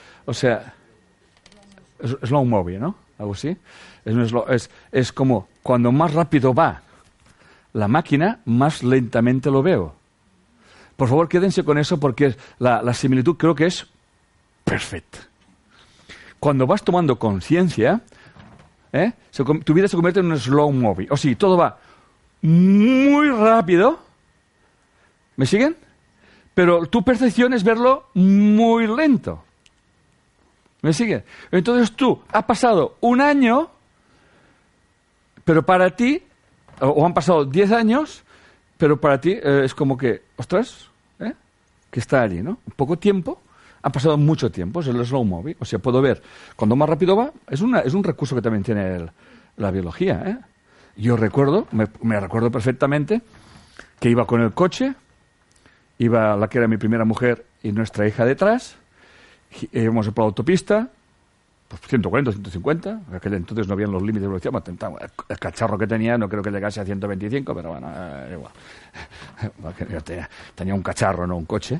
Slow movie, ¿no? Algo así. Es como cuando más rápido va la máquina, más lentamente lo veo. Por favor, quédense con eso porque la similitud creo que es perfecta. Cuando vas tomando conciencia, tu vida se convierte en un slow movie. O sí, todo va muy rápido. ¿Me siguen? Pero tu percepción es verlo muy lento. ¿Me siguen? Entonces tú has pasado un año, pero para ti, o han pasado 10 años, pero para ti es como que, ostras, que está allí, ¿no? Poco tiempo, ha pasado mucho tiempo, es el slow movie. O sea, puedo ver, cuando más rápido va, es un recurso que también tiene la biología, Yo recuerdo, me recuerdo perfectamente, que iba con el coche, iba la que era mi primera mujer y nuestra hija detrás, íbamos por la autopista, pues 140, 150, en aquel entonces no habían los límites de velocidad, el cacharro que tenía no creo que llegase a 125, pero bueno, igual. Yo tenía un cacharro, no un coche,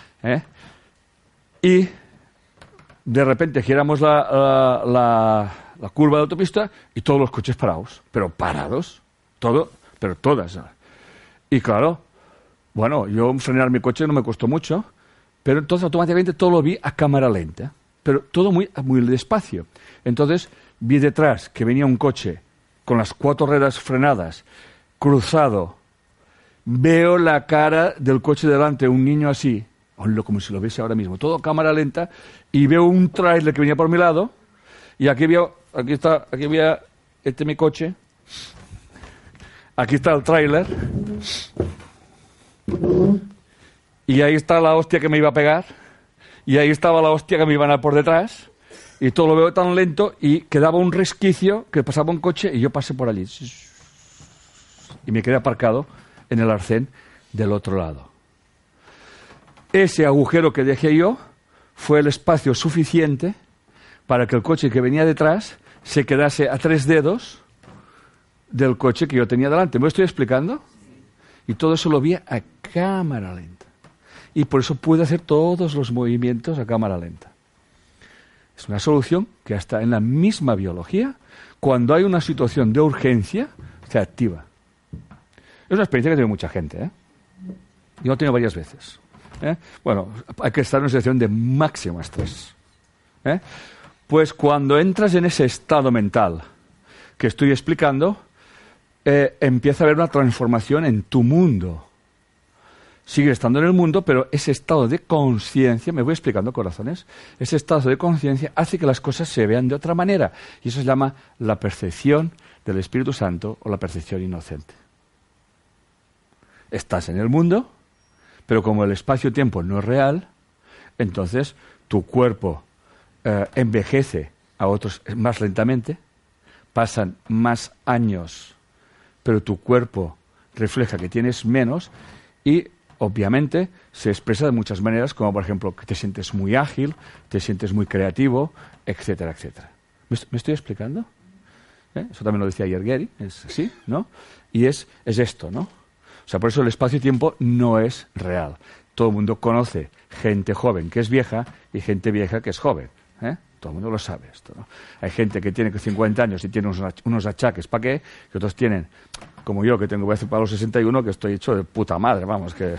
Y de repente giramos la curva de la autopista y todos los coches parados, pero parados, pero todas. Y claro, bueno, yo frenar mi coche no me costó mucho, pero entonces automáticamente todo lo vi a cámara lenta, pero todo muy, muy despacio. Entonces vi detrás que venía un coche con las 4 ruedas frenadas, cruzado. Veo la cara del coche delante, un niño así, como si lo viese ahora mismo, todo a cámara lenta, y veo un tráiler que venía por mi lado, y aquí había mi coche, aquí está el tráiler, y ahí está la hostia que me iba a pegar, y ahí estaba la hostia que me iban a por detrás, y todo lo veo tan lento, y quedaba un resquicio que pasaba un coche, y yo pasé por allí, y me quedé aparcado en el arcén del otro lado. Ese agujero que dejé yo fue el espacio suficiente para que el coche que venía detrás se quedase a 3 dedos del coche que yo tenía delante. ¿Me lo estoy explicando? Y todo eso lo vi a cámara lenta. Y por eso pude hacer todos los movimientos a cámara lenta. Es una solución que hasta en la misma biología, cuando hay una situación de urgencia, se activa. Es una experiencia que tiene mucha gente, Yo lo he tenido varias veces. Bueno, hay que estar en una situación de máximo estrés. Pues cuando entras en ese estado mental que estoy explicando, empieza a haber una transformación en tu mundo. Sigues estando en el mundo, pero ese estado de conciencia, me voy explicando, corazones, ese estado de conciencia hace que las cosas se vean de otra manera. Y eso se llama la percepción del Espíritu Santo o la percepción inocente. Estás en el mundo, pero como el espacio-tiempo no es real, entonces tu cuerpo envejece a otros más lentamente, pasan más años, pero tu cuerpo refleja que tienes menos y obviamente se expresa de muchas maneras, como por ejemplo que te sientes muy ágil, te sientes muy creativo, etcétera, etcétera. ¿Me estoy explicando? Eso también lo decía ayer Gary, es así, ¿no? Y es esto, ¿no? O sea, por eso el espacio-tiempo no es real. Todo el mundo conoce gente joven que es vieja y gente vieja que es joven. Todo el mundo lo sabe esto, ¿no? Hay gente que tiene 50 años y tiene unos achaques, ¿para qué? Que otros tienen, como yo, que tengo, voy a hacer para los 61, que estoy hecho de puta madre, vamos, que...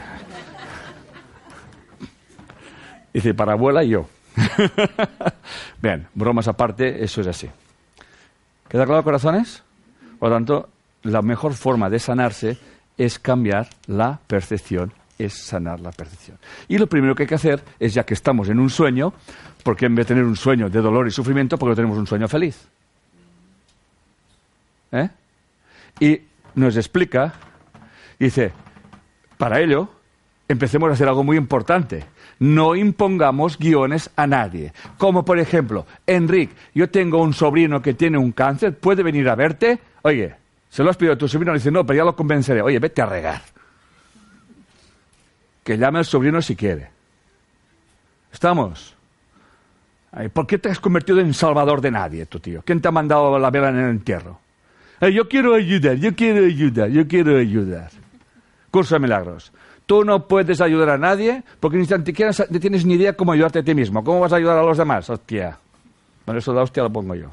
Dice, para abuela y yo. Bien, bromas aparte, eso es así. ¿Queda claro, corazones? Por lo tanto, la mejor forma de sanarse es cambiar la percepción, es sanar la percepción. Y lo primero que hay que hacer es, ya que estamos en un sueño, porque en vez de tener un sueño de dolor y sufrimiento, porque tenemos un sueño feliz. Y nos explica, dice, para ello, empecemos a hacer algo muy importante. No impongamos guiones a nadie. Como por ejemplo, Enrique, yo tengo un sobrino que tiene un cáncer, ¿puede venir a verte? Oye, se lo has pedido a tu sobrino, le dice, no, pero ya lo convenceré. Oye, vete a regar. Que llame al sobrino si quiere. ¿Estamos? Ay, ¿por qué te has convertido en salvador de nadie, tu tío? ¿Quién te ha mandado la vela en el entierro? Ay, yo quiero ayudar. Curso de milagros. Tú no puedes ayudar a nadie porque ni siquiera tienes ni idea cómo ayudarte a ti mismo. ¿Cómo vas a ayudar a los demás? Hostia. Bueno, eso de hostia lo pongo yo.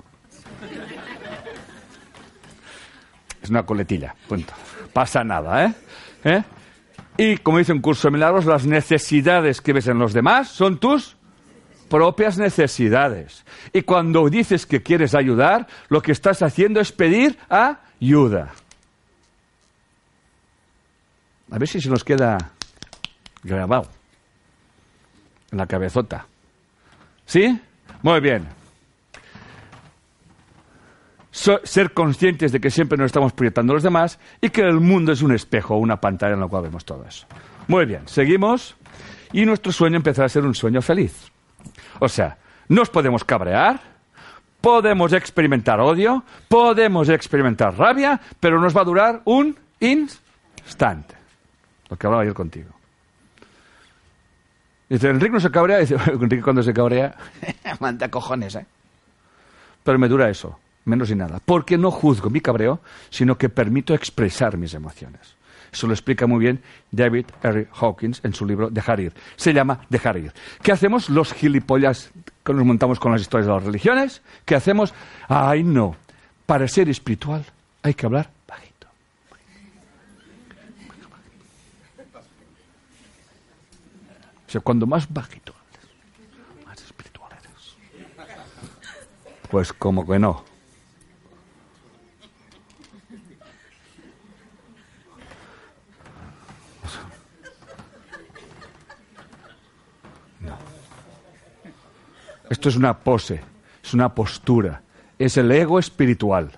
Es una coletilla, punto. Pasa nada, ¿eh? Y, como dice un curso de milagros, las necesidades que ves en los demás son tus propias necesidades. Y cuando dices que quieres ayudar, lo que estás haciendo es pedir ayuda. A ver si se nos queda grabado en la cabezota. ¿Sí? Muy bien. Ser conscientes de que siempre nos estamos proyectando a los demás y que el mundo es un espejo, una pantalla en la cual vemos todo eso. Muy bien, seguimos. Y nuestro sueño empezará a ser un sueño feliz. O sea, nos podemos cabrear, podemos experimentar odio, podemos experimentar rabia, pero nos va a durar un instante. Lo que hablaba ayer contigo. Dice, Enrique no se cabrea. Dice, Enrique cuando se cabrea, manda cojones, Pero me dura eso, menos y nada. Porque no juzgo mi cabreo, sino que permito expresar mis emociones. Eso lo explica muy bien David R. Hawkins en su libro Dejar ir. Se llama Dejar ir. ¿Qué hacemos los gilipollas que nos montamos con las historias de las religiones? ¿Qué hacemos? Ay, no. Para ser espiritual hay que hablar bajito. O sea, cuando más bajito hables, más espiritual eres. Pues como que no. No. Esto es una pose, es una postura, es el ego espiritual.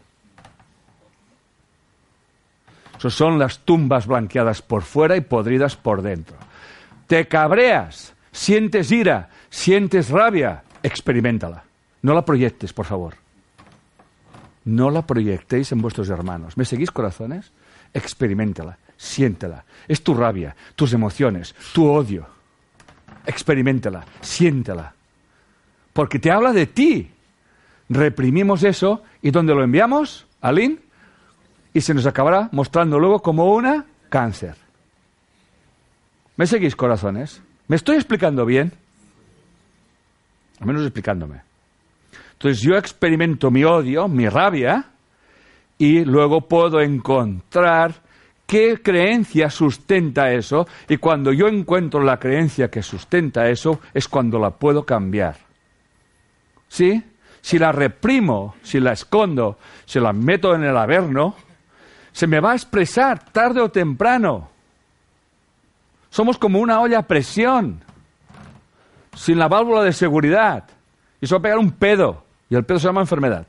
Eso son las tumbas blanqueadas por fuera y podridas por dentro. Te cabreas, sientes ira, sientes rabia, experiméntala. No la proyectes, por favor. No la proyectéis en vuestros hermanos. ¿Me seguís, corazones? Experiméntala, siéntela. Es tu rabia, tus emociones, tu odio. Experiméntala, siéntela. Porque te habla de ti. Reprimimos eso y ¿dónde lo enviamos? Alín. Y se nos acabará mostrando luego como una cáncer. ¿Me seguís, corazones? ¿Me estoy explicando bien? Al menos explicándome. Entonces yo experimento mi odio, mi rabia, y luego puedo encontrar qué creencia sustenta eso, y cuando yo encuentro la creencia que sustenta eso, es cuando la puedo cambiar. ¿Sí? Si la reprimo, si la escondo, si la meto en el averno, se me va a expresar tarde o temprano. Somos como una olla a presión, sin la válvula de seguridad. Y se va a pegar un pedo, y el pedo se llama enfermedad.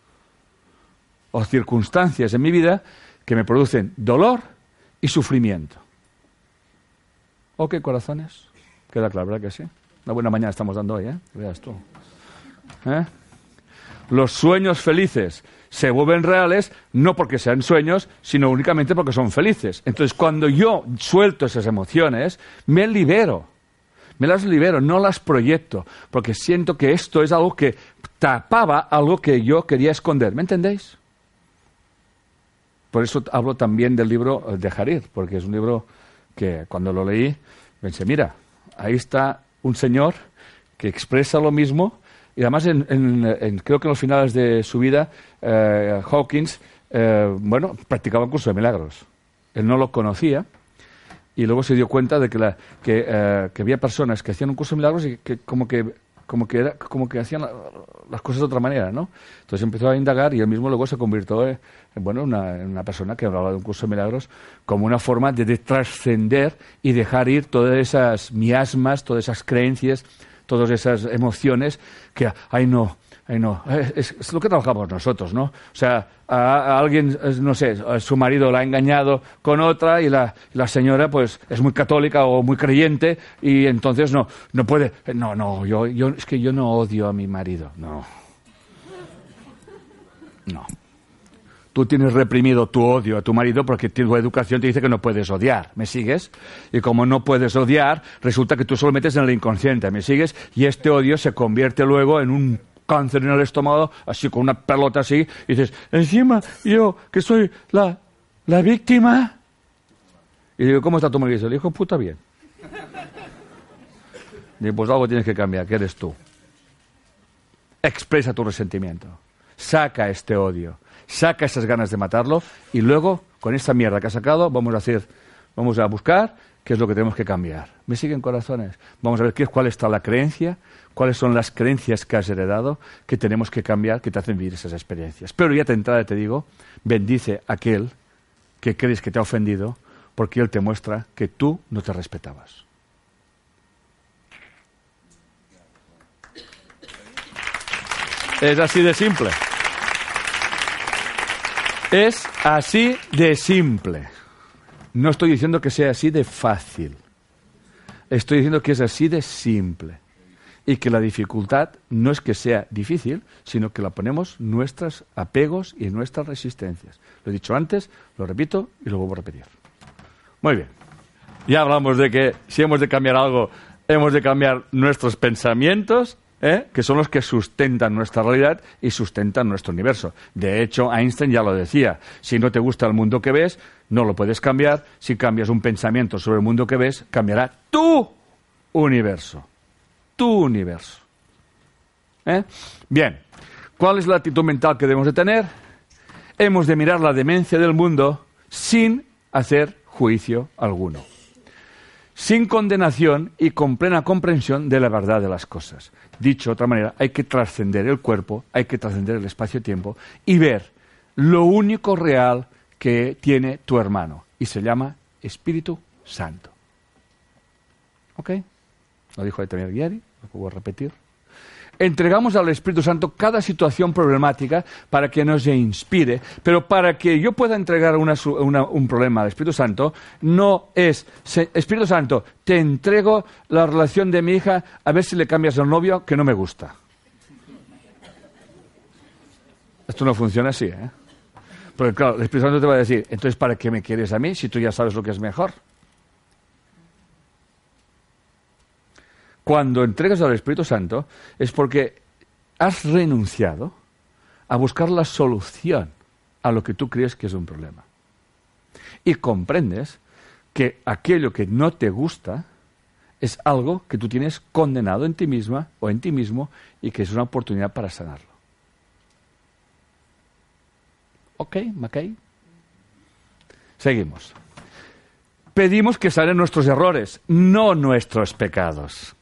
O circunstancias en mi vida que me producen dolor y sufrimiento. ¿Ok, corazones? Queda claro, ¿verdad que sí? Una buena mañana estamos dando hoy, Veas tú. Los sueños felices se vuelven reales no porque sean sueños, sino únicamente porque son felices. Entonces, cuando yo suelto esas emociones, me libero. Me las libero, no las proyecto, porque siento que esto es algo que tapaba algo que yo quería esconder. ¿Me entendéis? Por eso hablo también del libro Dejar ir, porque es un libro que cuando lo leí pensé, mira, ahí está un señor que expresa lo mismo y además creo que en los finales de su vida Hawkins practicaba un curso de milagros. Él no lo conocía y luego se dio cuenta de que había personas que hacían un curso de milagros y que como que hacían las cosas de otra manera, ¿no? Entonces empezó a indagar y él mismo luego se convirtió en una persona que hablaba de un curso de milagros como una forma de trascender y dejar ir todas esas miasmas, todas esas creencias, todas esas emociones que, ay no, es lo que trabajamos nosotros, ¿no? O sea, a alguien, no sé, su marido la ha engañado con otra y la señora pues es muy católica o muy creyente y entonces no puede, es que yo no odio a mi marido, no. Tú tienes reprimido tu odio a tu marido porque tu educación te dice que no puedes odiar, ¿me sigues? Y como no puedes odiar, resulta que tú solo metes en el inconsciente, ¿me sigues? Y este odio se convierte luego en un cáncer en el estómago, así con una pelota así, y dices, encima yo, que soy la víctima. Y digo, ¿cómo está tu marido? Le dijo, puta bien. Digo, pues algo tienes que cambiar, que eres tú. Expresa tu resentimiento. Saca este odio. Saca esas ganas de matarlo y luego, con esta mierda que has sacado, vamos a buscar qué es lo que tenemos que cambiar. ¿Me siguen, corazones? Vamos a ver cuál está la creencia, cuáles son las creencias que has heredado, que tenemos que cambiar, que te hacen vivir esas experiencias. Pero ya de entrada te digo, bendice a aquel que crees que te ha ofendido, porque él te muestra que tú no te respetabas. Es así de simple. Es así de simple. No estoy diciendo que sea así de fácil. Estoy diciendo que es así de simple. Y que la dificultad no es que sea difícil, sino que la ponemos nuestros apegos y nuestras resistencias. Lo he dicho antes, lo repito y lo vuelvo a repetir. Muy bien. Ya hablamos de que si hemos de cambiar algo, hemos de cambiar nuestros pensamientos, que son los que sustentan nuestra realidad y sustentan nuestro universo. De hecho, Einstein ya lo decía, si no te gusta el mundo que ves, no lo puedes cambiar. Si cambias un pensamiento sobre el mundo que ves, cambiará tu universo. Tu universo. Bien, ¿cuál es la actitud mental que debemos de tener? Hemos de mirar la demencia del mundo sin hacer juicio alguno. Sin condenación y con plena comprensión de la verdad de las cosas. Dicho de otra manera, hay que trascender el cuerpo, hay que trascender el espacio-tiempo y ver lo único real que tiene tu hermano. Y se llama Espíritu Santo. ¿Ok? Lo dijo ahí también Gary, lo puedo repetir. Entregamos al Espíritu Santo cada situación problemática para que nos inspire, pero para que yo pueda entregar un problema al Espíritu Santo, no es, Espíritu Santo, te entrego la relación de mi hija, a ver si le cambias el novio que no me gusta. Esto no funciona así, ¿eh? Porque claro, el Espíritu Santo te va a decir, entonces, ¿para qué me quieres a mí si tú ya sabes lo que es mejor? Cuando entregas al Espíritu Santo es porque has renunciado a buscar la solución a lo que tú crees que es un problema. Y comprendes que aquello que no te gusta es algo que tú tienes condenado en ti misma o en ti mismo y que es una oportunidad para sanarlo. ¿Ok, McKay? Seguimos. Pedimos que sanen nuestros errores, no nuestros pecados.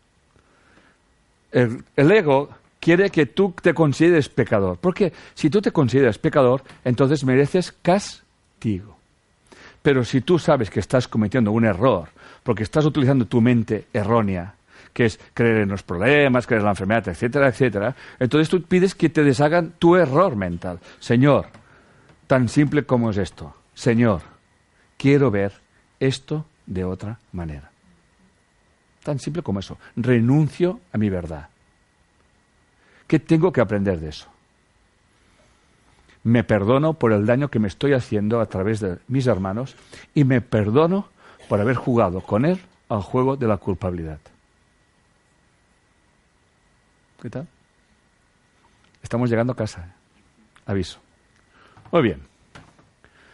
El ego quiere que tú te consideres pecador. Porque si tú te consideras pecador, entonces mereces castigo. Pero si tú sabes que estás cometiendo un error, porque estás utilizando tu mente errónea, que es creer en los problemas, creer en la enfermedad, etcétera, etcétera, entonces tú pides que te deshagan tu error mental. Señor, tan simple como es esto. Señor, quiero ver esto de otra manera. Tan simple como eso. Renuncio a mi verdad. ¿Qué tengo que aprender de eso? Me perdono por el daño que me estoy haciendo a través de mis hermanos y me perdono por haber jugado con él al juego de la culpabilidad. ¿Qué tal? Estamos llegando a casa. Aviso. Muy bien.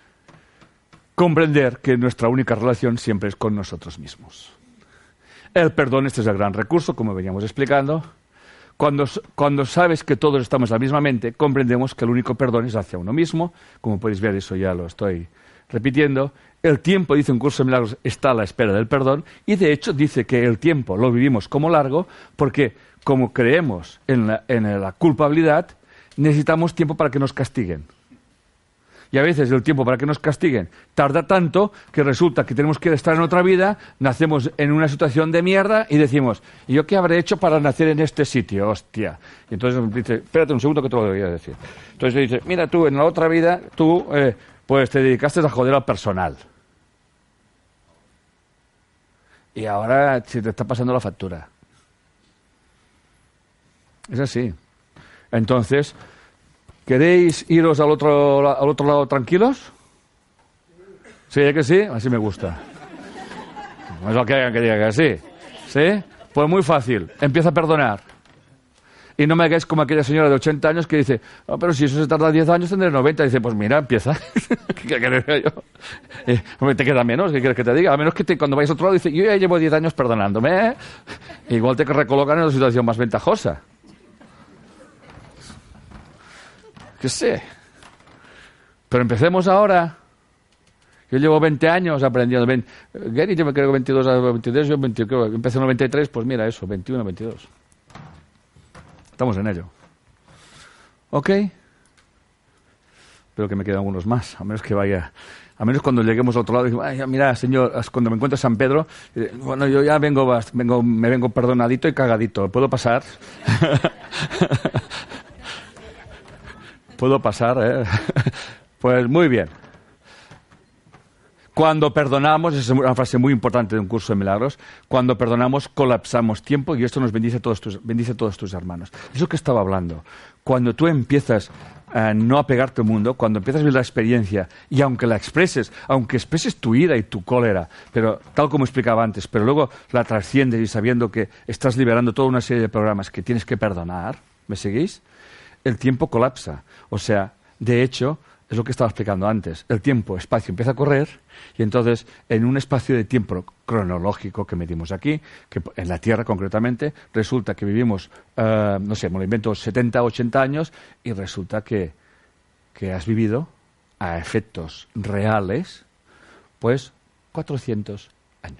comprender que nuestra única relación siempre es con nosotros mismos. El perdón, este es el gran recurso, como veníamos explicando. Cuando sabes que todos estamos en la misma mente, comprendemos que el único perdón es hacia uno mismo. Como podéis ver, eso ya lo estoy repitiendo. El tiempo, dice un curso de milagros, está a la espera del perdón. Y de hecho dice que el tiempo lo vivimos como largo porque como creemos en la culpabilidad, necesitamos tiempo para que nos castiguen. Y a veces el tiempo para que nos castiguen tarda tanto que resulta que tenemos que estar en otra vida, nacemos en una situación de mierda y decimos, ¿y yo qué habré hecho para nacer en este sitio? Hostia. Y entonces dice, espérate un segundo que te lo voy a decir. Entonces dice, mira tú, en la otra vida, tú pues te dedicaste a joder al personal. Y ahora se te está pasando la factura. Es así. Entonces, ¿queréis iros al otro lado tranquilos? ¿Sí, que sí? Así me gusta. No es lo que hagan que diga que sí. ¿Sí? Pues muy fácil. Empieza a perdonar. Y no me hagáis como aquella señora de 80 años que dice, no, pero si eso se tarda 10 años, tendré 90. Y dice, pues mira, empieza. ¿Qué quieres que yo? Te queda menos, ¿qué quieres que te diga? A menos que cuando vayas a otro lado, dice, yo ya llevo 10 años perdonándome, ¿eh? Igual te recolocan en una situación más ventajosa. ¿Qué sé? Pero empecemos ahora. Yo llevo 20 años aprendiendo. Gary, yo me creo 22 a 22, yo 20, creo, empecé en 93, pues mira eso, 21, 22. Estamos en ello. ¿Ok? Espero que me queden algunos más, a menos que vaya... A menos cuando lleguemos al otro lado, digo, ay, mira, señor, cuando me encuentre San Pedro, bueno, yo ya me vengo perdonadito y cagadito. ¿Puedo pasar? ¿Puedo pasar? Pues muy bien. Cuando perdonamos, esa es una frase muy importante de un curso de milagros, cuando perdonamos colapsamos tiempo y esto nos bendice a todos tus hermanos. Eso que estaba hablando. Cuando tú empiezas a no apegarte al mundo, cuando empiezas a vivir la experiencia y aunque expreses tu ira y tu cólera, pero tal como explicaba antes, pero luego la trasciendes y sabiendo que estás liberando toda una serie de programas que tienes que perdonar, ¿me seguís? El tiempo colapsa. O sea, de hecho, es lo que estaba explicando antes. El tiempo, espacio empieza a correr y entonces en un espacio de tiempo cronológico que medimos aquí, que en la Tierra concretamente, resulta que vivimos, no sé, me lo invento, 70, 80 años y resulta que has vivido a efectos reales, pues 400 años.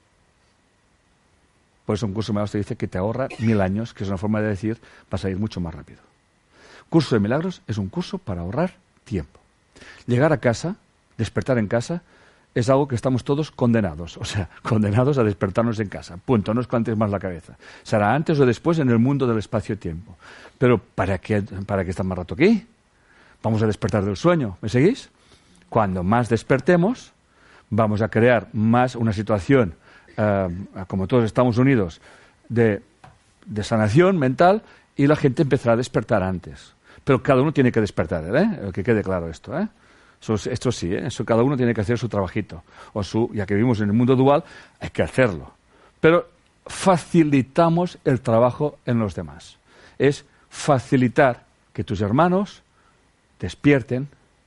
Por eso un curso de milagros te dice que te ahorra 1000 años, que es una forma de decir, vas a ir mucho más rápido. Curso de milagros es un curso para ahorrar tiempo. Llegar a casa, despertar en casa, es algo que estamos todos condenados. O sea, condenados a despertarnos en casa. Punto. No os plantees más la cabeza. Será antes o después en el mundo del espacio-tiempo. Pero ¿para qué estar más rato aquí? Vamos a despertar del sueño. ¿Me seguís? Cuando más despertemos, vamos a crear más una situación, como todos estamos unidos, de sanación mental y la gente empezará a despertar antes. Pero cada uno tiene que despertar, que quede claro esto, Esto sí, eso cada uno tiene que hacer su trabajito. Ya que vivimos en el mundo dual, hay que hacerlo. Pero facilitamos el trabajo en los demás. Es facilitar que tus hermanos despierten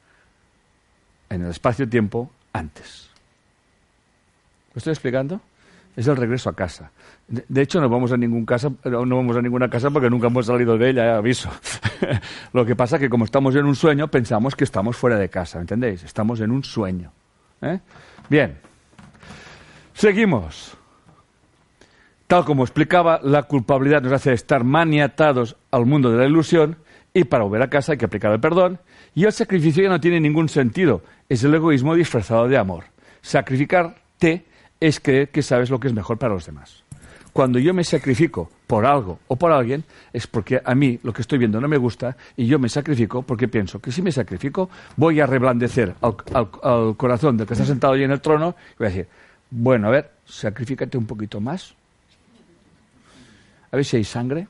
en el espacio-tiempo antes. ¿Lo estoy explicando? Es el regreso a casa. De hecho, no vamos a ninguna casa porque nunca hemos salido de ella, aviso. Lo que pasa es que como estamos en un sueño, pensamos que estamos fuera de casa, ¿entendéis? Estamos en un sueño. Bien. Seguimos. Tal como explicaba, la culpabilidad nos hace estar maniatados al mundo de la ilusión y para volver a casa hay que aplicar el perdón y el sacrificio ya no tiene ningún sentido. Es el egoísmo disfrazado de amor. Sacrificarte es creer que sabes lo que es mejor para los demás. Cuando yo me sacrifico por algo o por alguien, es porque a mí lo que estoy viendo no me gusta y yo me sacrifico porque pienso que si me sacrifico voy a reblandecer al corazón del que está sentado allí en el trono y voy a decir, bueno, a ver, sacrifícate un poquito más. A ver si hay sangre.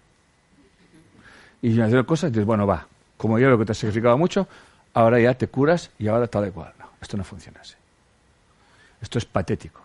Y si me haces cosas, dices, bueno, va, como yo veo que te has sacrificado mucho, ahora ya te curas y ahora tal y cual. No, esto no funciona así. Esto es patético.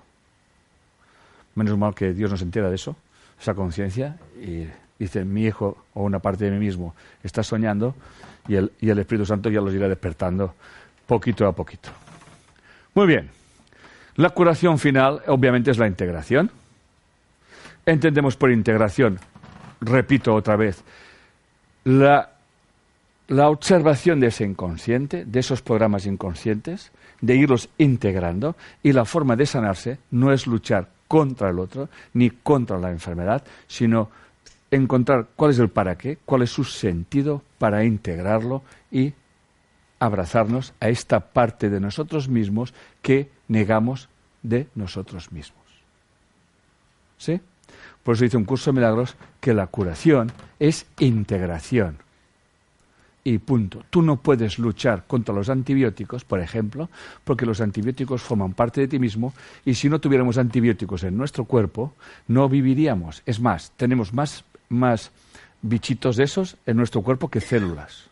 Menos mal que Dios nos entera de eso, esa conciencia, y dice, mi hijo o una parte de mí mismo está soñando y el Espíritu Santo ya los irá despertando poquito a poquito. Muy bien. La curación final, obviamente, es la integración. Entendemos por integración, repito otra vez, la observación de ese inconsciente, de esos programas inconscientes, de irlos integrando, y la forma de sanarse no es luchar contra el otro, ni contra la enfermedad, sino encontrar cuál es el para qué, cuál es su sentido para integrarlo y abrazarnos a esta parte de nosotros mismos que negamos de nosotros mismos. ¿Sí? Por eso dice un curso de milagros que la curación es integración. Y punto. Tú no puedes luchar contra los antibióticos, por ejemplo, porque los antibióticos forman parte de ti mismo y si no tuviéramos antibióticos en nuestro cuerpo, no viviríamos. Es más, tenemos más bichitos de esos en nuestro cuerpo que células.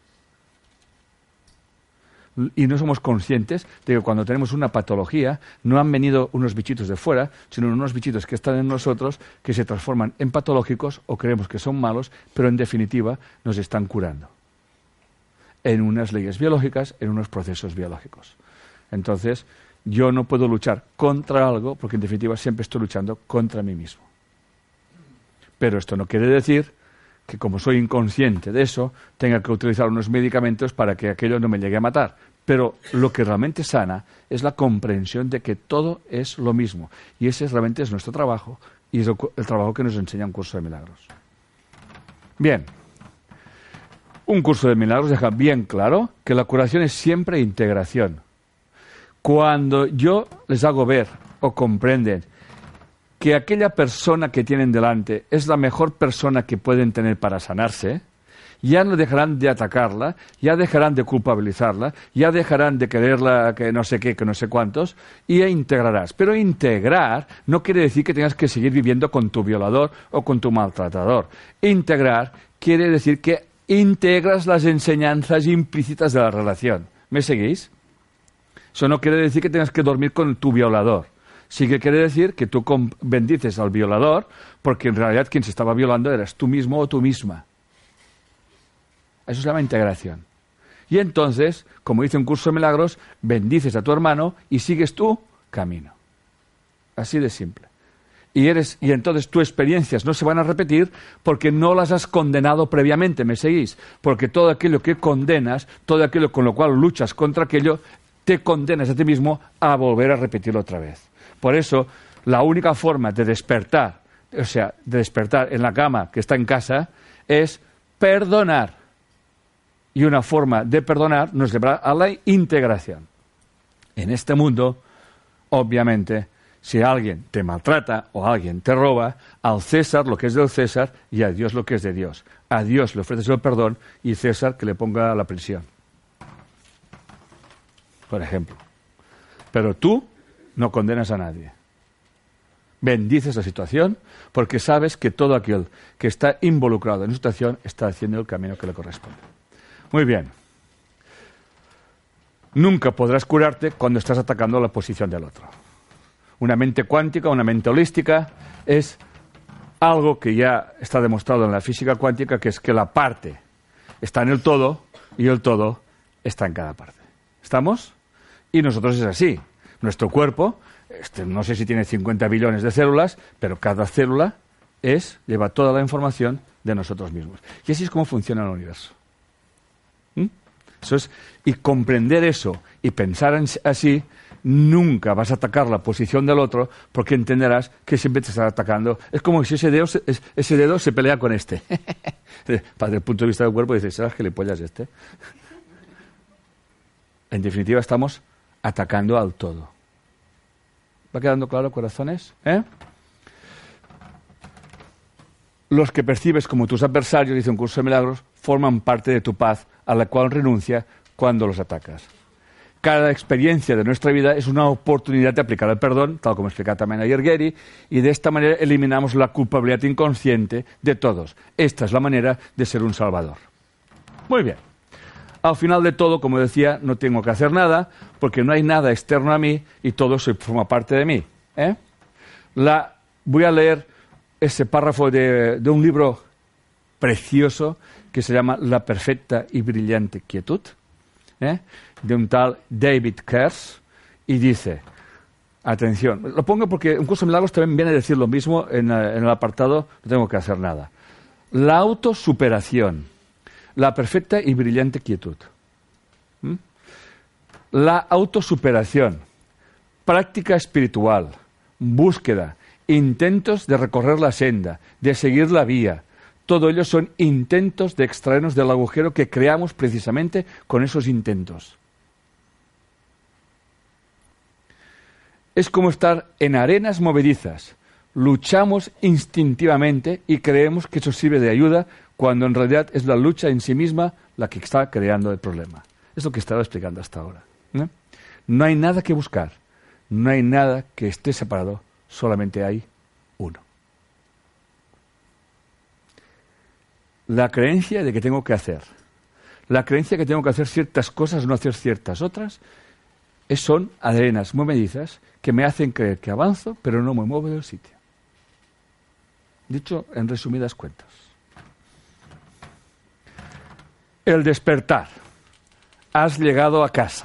Y no somos conscientes de que cuando tenemos una patología no han venido unos bichitos de fuera, sino unos bichitos que están en nosotros que se transforman en patológicos o creemos que son malos, pero en definitiva nos están curando. En unas leyes biológicas, en unos procesos biológicos. Entonces, yo no puedo luchar contra algo porque en definitiva siempre estoy luchando contra mí mismo. Pero esto no quiere decir que como soy inconsciente de eso, tenga que utilizar unos medicamentos para que aquello no me llegue a matar. Pero lo que realmente sana es la comprensión de que todo es lo mismo. Y ese realmente es nuestro trabajo y es el trabajo que nos enseña un curso de milagros. Bien. Un curso de milagros deja bien claro que la curación es siempre integración. Cuando yo les hago ver o comprenden que aquella persona que tienen delante es la mejor persona que pueden tener para sanarse, ya no dejarán de atacarla, ya dejarán de culpabilizarla, ya dejarán de quererla, que no sé qué, que no sé cuántos, y integrarás. Pero integrar no quiere decir que tengas que seguir viviendo con tu violador o con tu maltratador. Integrar quiere decir que integras las enseñanzas implícitas de la relación. ¿Me seguís? Eso no quiere decir que tengas que dormir con tu violador. Sí que quiere decir que tú bendices al violador porque en realidad quien se estaba violando eras tú mismo o tú misma. Eso se llama integración. Y entonces, como dice un curso de milagros, bendices a tu hermano y sigues tu camino. Así de simple. Y entonces tus experiencias no se van a repetir porque no las has condenado previamente, ¿me seguís? Porque todo aquello que condenas, todo aquello con lo cual luchas contra aquello, te condenas a ti mismo a volver a repetirlo otra vez. Por eso, la única forma de despertar, o sea, de despertar en la cama que está en casa, es perdonar. Y una forma de perdonar nos llevará a la integración. En este mundo, obviamente, si alguien te maltrata o alguien te roba, al César lo que es del César y a Dios lo que es de Dios. A Dios le ofreces el perdón y César que le ponga la prisión. Por ejemplo. Pero tú no condenas a nadie. Bendices la situación porque sabes que todo aquel que está involucrado en la situación está haciendo el camino que le corresponde. Muy bien. Nunca podrás curarte cuando estás atacando la posición del otro. Una mente cuántica, una mente holística, es algo que ya está demostrado en la física cuántica, que es que la parte está en el todo y el todo está en cada parte. ¿Estamos? Y nosotros es así. Nuestro cuerpo, no sé si tiene 50 billones de células, pero cada célula lleva toda la información de nosotros mismos. Y así es como funciona el universo. Eso es, y comprender eso y pensar así, nunca vas a atacar la posición del otro porque entenderás que siempre te está atacando. Es como si ese dedo se pelea con este. Desde el punto de vista del cuerpo dices, ¿serás gilipollas este? En definitiva estamos atacando al todo. ¿Va quedando claro, corazones? Los que percibes como tus adversarios, dice un curso de milagros, forman parte de tu paz a la cual renuncia cuando los atacas. Cada experiencia de nuestra vida es una oportunidad de aplicar el perdón, tal como explicaba también ayer Gary, y de esta manera eliminamos la culpabilidad inconsciente de todos. Esta es la manera de ser un salvador. Muy bien. Al final de todo, como decía, no tengo que hacer nada, porque no hay nada externo a mí y todo forma parte de mí. Voy a leer ese párrafo de un libro precioso que se llama La perfecta y brillante quietud, de un tal David Kers, y dice, atención, lo pongo porque un curso de milagros también viene a decir lo mismo en el apartado, no tengo que hacer nada. La autosuperación, la perfecta y brillante quietud. La autosuperación, práctica espiritual, búsqueda, intentos de recorrer la senda, de seguir la vía. Todo ello son intentos de extraernos del agujero que creamos precisamente con esos intentos. Es como estar en arenas movedizas. Luchamos instintivamente y creemos que eso sirve de ayuda cuando en realidad es la lucha en sí misma la que está creando el problema. Es lo que estaba explicando hasta ahora. No hay nada que buscar, no hay nada que esté separado, solamente hay uno. La creencia de que tengo que hacer, la creencia de que tengo que hacer ciertas cosas, no hacer ciertas otras, son arenas movedizas que me hacen creer que avanzo, pero no me muevo del sitio. Dicho en resumidas cuentas. El despertar. Has llegado a casa.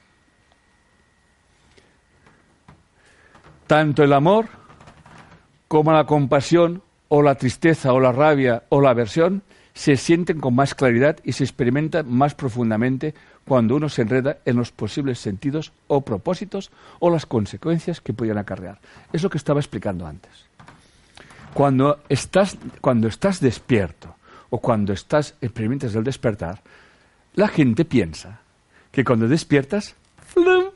Tanto el amor como la compasión o la tristeza o la rabia o la aversión se sienten con más claridad y se experimentan más profundamente cuando uno se enreda en los posibles sentidos o propósitos o las consecuencias que pueden acarrear. Es lo que estaba explicando antes. Cuando estás despierto o cuando experimentas el despertar, la gente piensa que cuando despiertas, ¡flum!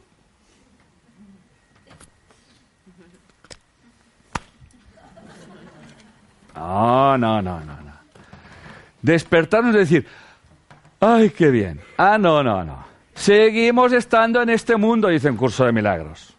No. Despertar no es decir, ¡ay, qué bien! No. Seguimos estando en este mundo, dice un curso de milagros.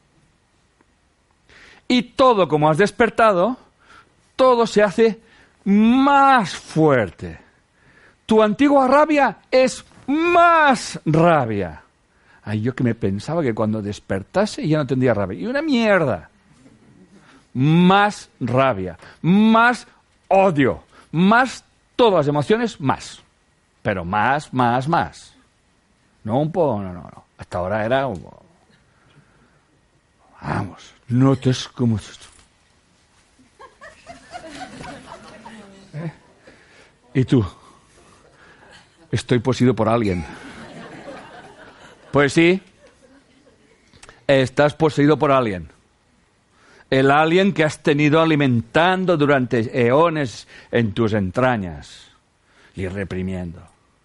Y todo como has despertado, todo se hace más fuerte. Tu antigua rabia es más rabia. Ay, yo que me pensaba que cuando despertase ya no tendría rabia. Y una mierda. Más rabia, más odio, más todas las emociones, más. Pero más. No un poco, no. Hasta ahora era un... Vamos, notas como... ¿Y tú? Estoy poseído por alguien. Pues sí, estás poseído por alguien. El alien que has tenido alimentando durante eones en tus entrañas y reprimiendo.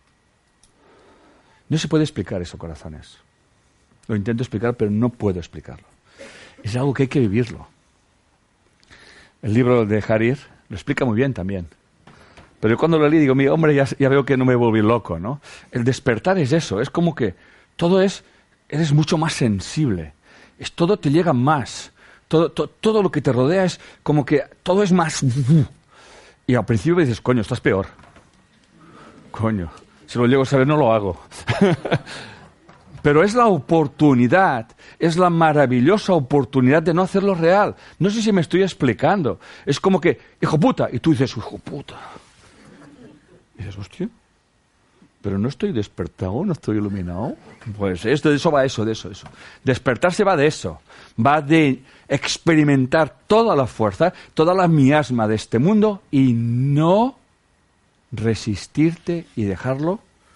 No se puede explicar eso, corazones. Lo intento explicar, pero no puedo explicarlo. Es algo que hay que vivirlo. El libro de Harir lo explica muy bien también. Pero yo cuando lo leí digo, mira, hombre, ya veo que no me volví loco, ¿no? El despertar es eso, es como que eres mucho más sensible. Todo te llega más. Todo lo que te rodea es como que todo es más... Y al principio dices, coño, estás peor. Coño, si lo llego a saber no lo hago. Pero es la oportunidad, es la maravillosa oportunidad de no hacerlo real. No sé si me estoy explicando. Es como que, hijo puta, y tú dices, hijo puta. Y dices, hostia, pero no estoy despertado, no estoy iluminado. Pues de eso va eso. Despertarse va de eso. Va de experimentar toda la fuerza, toda la miasma de este mundo y no resistirte y dejarlo.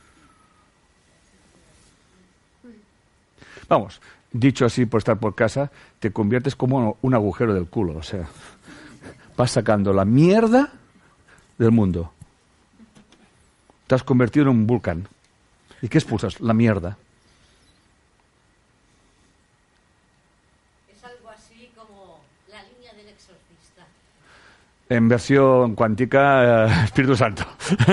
Vamos, dicho así por estar por casa, te conviertes como un agujero del culo. O sea, vas sacando la mierda del mundo. Te has convertido en un volcán. ¿Y qué expulsas? La mierda. Es algo así como la línea del exorcista. En versión cuántica, Espíritu Santo.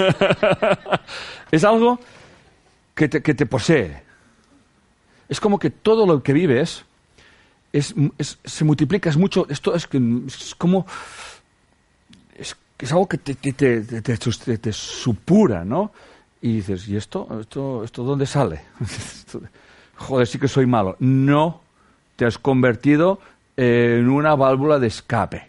Es algo que te posee. Es como que todo lo que vives se multiplica, es mucho. Esto es como... Es algo que te supura, ¿no? Y dices, ¿y esto dónde sale? Joder, sí que soy malo. No, te has convertido en una válvula de escape.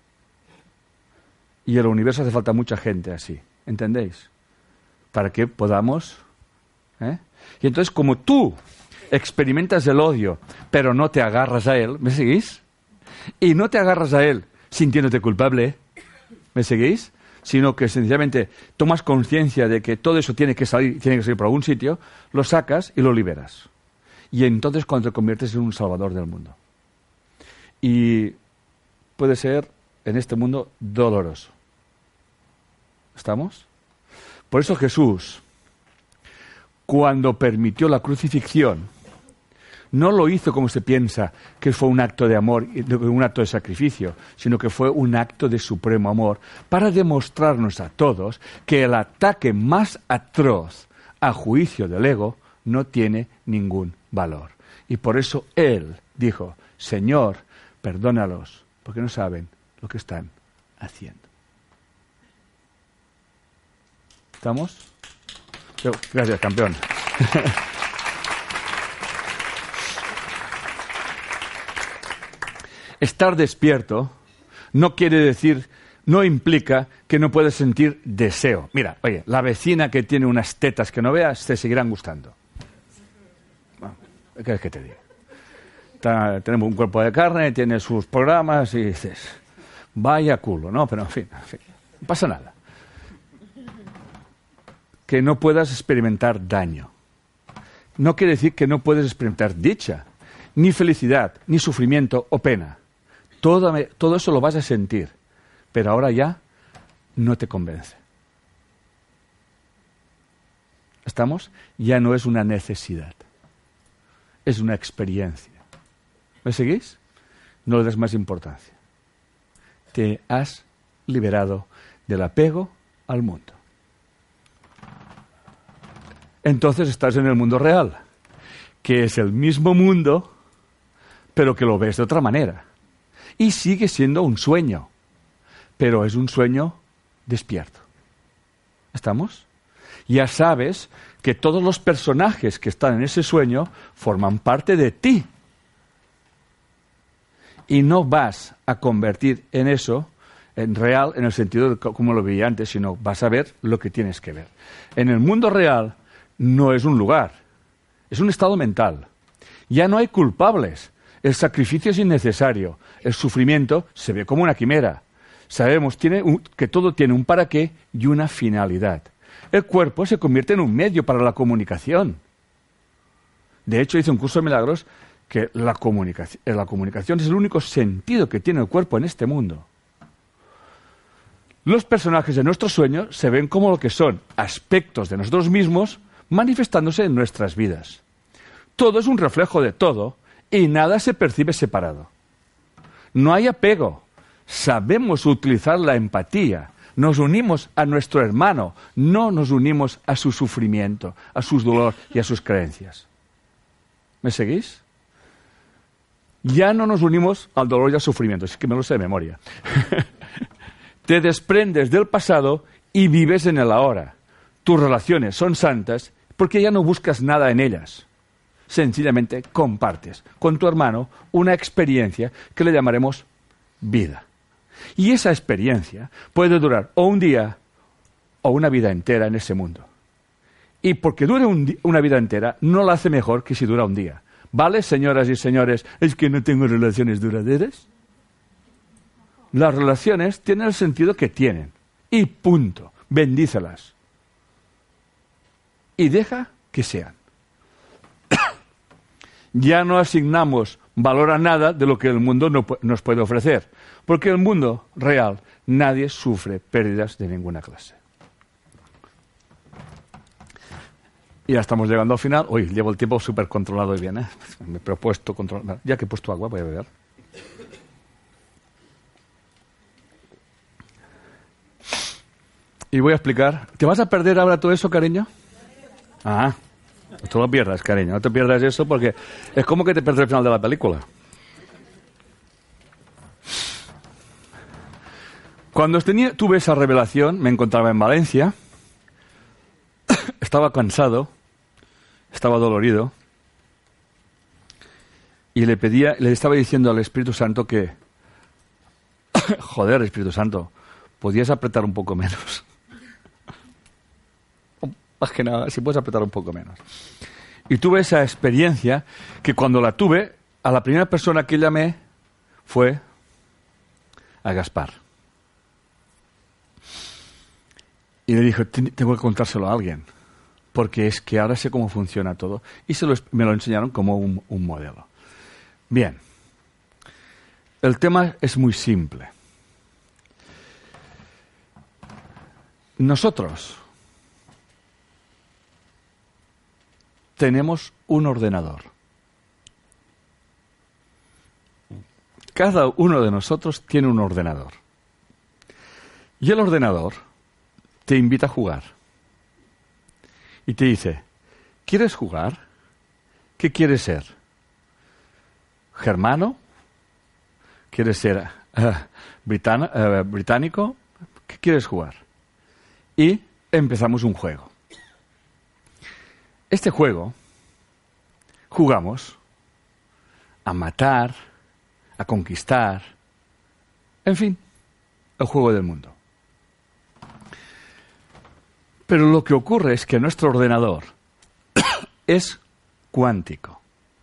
Y en el universo hace falta mucha gente así, ¿entendéis? Para que podamos ¿eh? Y entonces, como tú experimentas el odio, pero no te agarras a él, ¿me seguís? Y no te agarras a él sintiéndote culpable, ¿me seguís? Sino que sencillamente tomas conciencia de que todo eso tiene que salir por algún sitio, lo sacas y lo liberas. Y entonces cuando te conviertes en un salvador del mundo. Y puede ser en este mundo doloroso. ¿Estamos? Por eso Jesús, cuando permitió la crucifixión, no lo hizo como se piensa, que fue un acto de amor, un acto de sacrificio, sino que fue un acto de supremo amor para demostrarnos a todos que el ataque más atroz a juicio del ego no tiene ningún valor. Y por eso Él dijo, Señor, perdónalos, porque no saben lo que están haciendo. ¿Estamos? Gracias, campeón. Estar despierto no quiere decir, no implica que no puedes sentir deseo. Mira, oye, la vecina que tiene unas tetas que no veas, te seguirán gustando. ¿Qué quieres que te diga? Tenemos un cuerpo de carne, tiene sus programas y dices, vaya culo, ¿no? Pero en fin, no pasa nada. Que no puedas experimentar daño. No quiere decir que no puedes experimentar dicha, ni felicidad, ni sufrimiento o pena. Todo eso lo vas a sentir, pero ahora ya no te convence. ¿Estamos? Ya no es una necesidad, es una experiencia. ¿Me seguís? No le das más importancia. Te has liberado del apego al mundo. Entonces estás en el mundo real, que es el mismo mundo, pero que lo ves de otra manera. Y sigue siendo un sueño, pero es un sueño despierto. ¿Estamos? Ya sabes que todos los personajes que están en ese sueño forman parte de ti. Y no vas a convertir en eso en real, en el sentido de como lo veía antes, sino vas a ver lo que tienes que ver. En el mundo real no es un lugar, es un estado mental. Ya no hay culpables. El sacrificio es innecesario. El sufrimiento se ve como una quimera. Sabemos que todo tiene un para qué y una finalidad. El cuerpo se convierte en un medio para la comunicación. De hecho, hice un curso de milagros que la comunicación es el único sentido que tiene el cuerpo en este mundo. Los personajes de nuestros sueños se ven como lo que son, aspectos de nosotros mismos manifestándose en nuestras vidas. Todo es un reflejo de todo y nada se percibe separado. No hay apego. Sabemos utilizar la empatía. Nos unimos a nuestro hermano, no nos unimos a su sufrimiento, a su dolor y a sus creencias. ¿Me seguís? Ya no nos unimos al dolor y al sufrimiento, es que me lo sé de memoria. Te desprendes del pasado y vives en el ahora. Tus relaciones son santas porque ya no buscas nada en ellas. Sencillamente compartes con tu hermano una experiencia que le llamaremos vida. Y esa experiencia puede durar o un día o una vida entera en ese mundo. Y porque dure una vida entera, no la hace mejor que si dura un día. ¿Vale, señoras y señores? ¿Es que no tengo relaciones duraderas? Las relaciones tienen el sentido que tienen. Y punto. Bendícelas. Y deja que sean. Ya no asignamos valor a nada de lo que el mundo nos puede ofrecer. Porque en el mundo real nadie sufre pérdidas de ninguna clase. Y ya estamos llegando al final. Hoy llevo el tiempo súper controlado y bien, ¿eh? Me he propuesto controlar. Ya que he puesto agua, voy a beber. Y voy a explicar. ¿Te vas a perder ahora todo eso, cariño? Ah, no te lo pierdas, cariño. No te pierdas eso porque es como que te pierdes el final de la película. Cuando tuve esa revelación, me encontraba en Valencia. Estaba cansado. Estaba dolorido. Y le estaba diciendo al Espíritu Santo que, joder, Espíritu Santo, podías apretar un poco menos. Más que nada, si puedes apretar un poco menos. Y tuve esa experiencia que cuando la tuve, a la primera persona que llamé fue a Gaspar. Y le dije, tengo que contárselo a alguien, porque es que ahora sé cómo funciona todo. Y me lo enseñaron como un modelo. Bien, el tema es muy simple. Nosotros tenemos un ordenador. Cada uno de nosotros tiene un ordenador. Y el ordenador te invita a jugar. Y te dice, ¿quieres jugar? ¿Qué quieres ser? ¿Germano? ¿Quieres ser británico? ¿Qué quieres jugar? Y empezamos un juego. Este juego jugamos a matar, a conquistar, en fin, el juego del mundo. Pero lo que ocurre es que nuestro ordenador es cuántico.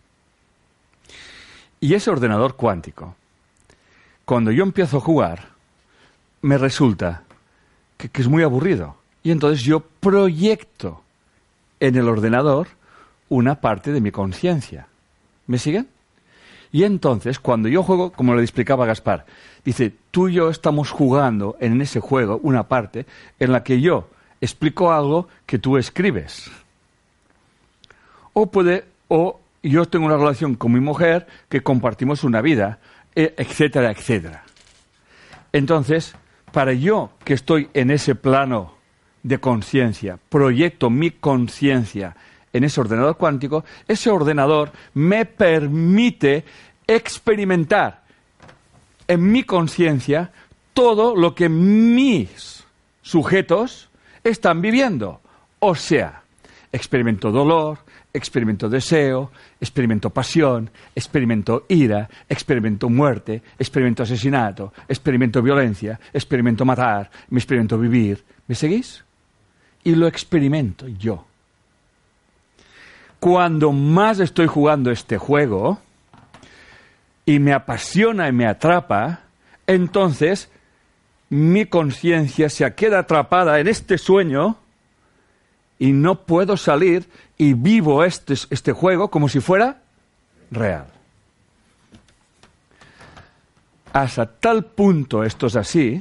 Y ese ordenador cuántico, cuando yo empiezo a jugar, me resulta que es muy aburrido. Y entonces yo proyecto en el ordenador una parte de mi conciencia. ¿Me siguen? Y entonces, cuando yo juego, como le explicaba Gaspar, dice, tú y yo estamos jugando en ese juego una parte en la que yo explico algo que tú escribes. O yo tengo una relación con mi mujer que compartimos una vida, etcétera, etcétera. Entonces, para yo que estoy en ese plano de conciencia, proyecto mi conciencia en ese ordenador cuántico, ese ordenador me permite experimentar en mi conciencia todo lo que mis sujetos están viviendo. O sea, experimento dolor, experimento deseo, experimento pasión, experimento ira, experimento muerte, experimento asesinato, experimento violencia, experimento matar, me experimento vivir. ¿Me seguís? Y lo experimento yo. Cuando más estoy jugando este juego y me apasiona y me atrapa, entonces mi conciencia se queda atrapada en este sueño y no puedo salir y vivo este juego como si fuera real. Hasta tal punto esto es así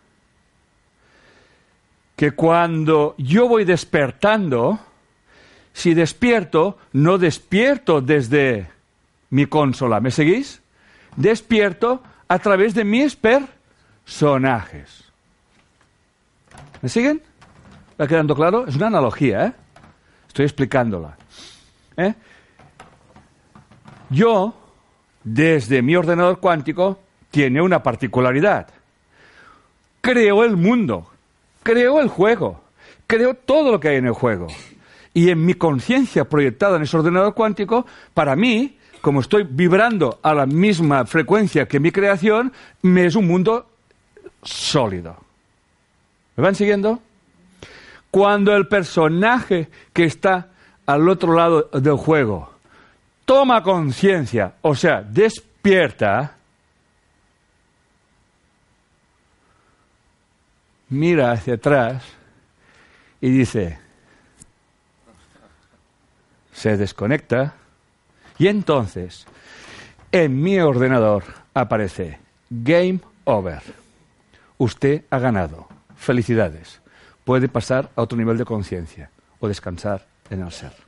que cuando yo voy despertando, si despierto, no despierto desde mi consola. ¿Me seguís? Despierto a través de mis personajes. ¿Me siguen? ¿Va quedando claro? Es una analogía, ¿eh? Estoy explicándola. Yo, desde mi ordenador cuántico, tiene una particularidad. Creo el mundo, creo el juego, creo todo lo que hay en el juego. Y en mi conciencia proyectada en ese ordenador cuántico, para mí, como estoy vibrando a la misma frecuencia que mi creación, me es un mundo sólido. ¿Me van siguiendo? Cuando el personaje que está al otro lado del juego toma conciencia, o sea, despierta, mira hacia atrás y dice, se desconecta y entonces en mi ordenador aparece Game Over. Usted ha ganado. Felicidades. Puede pasar a otro nivel de conciencia o descansar en el ser.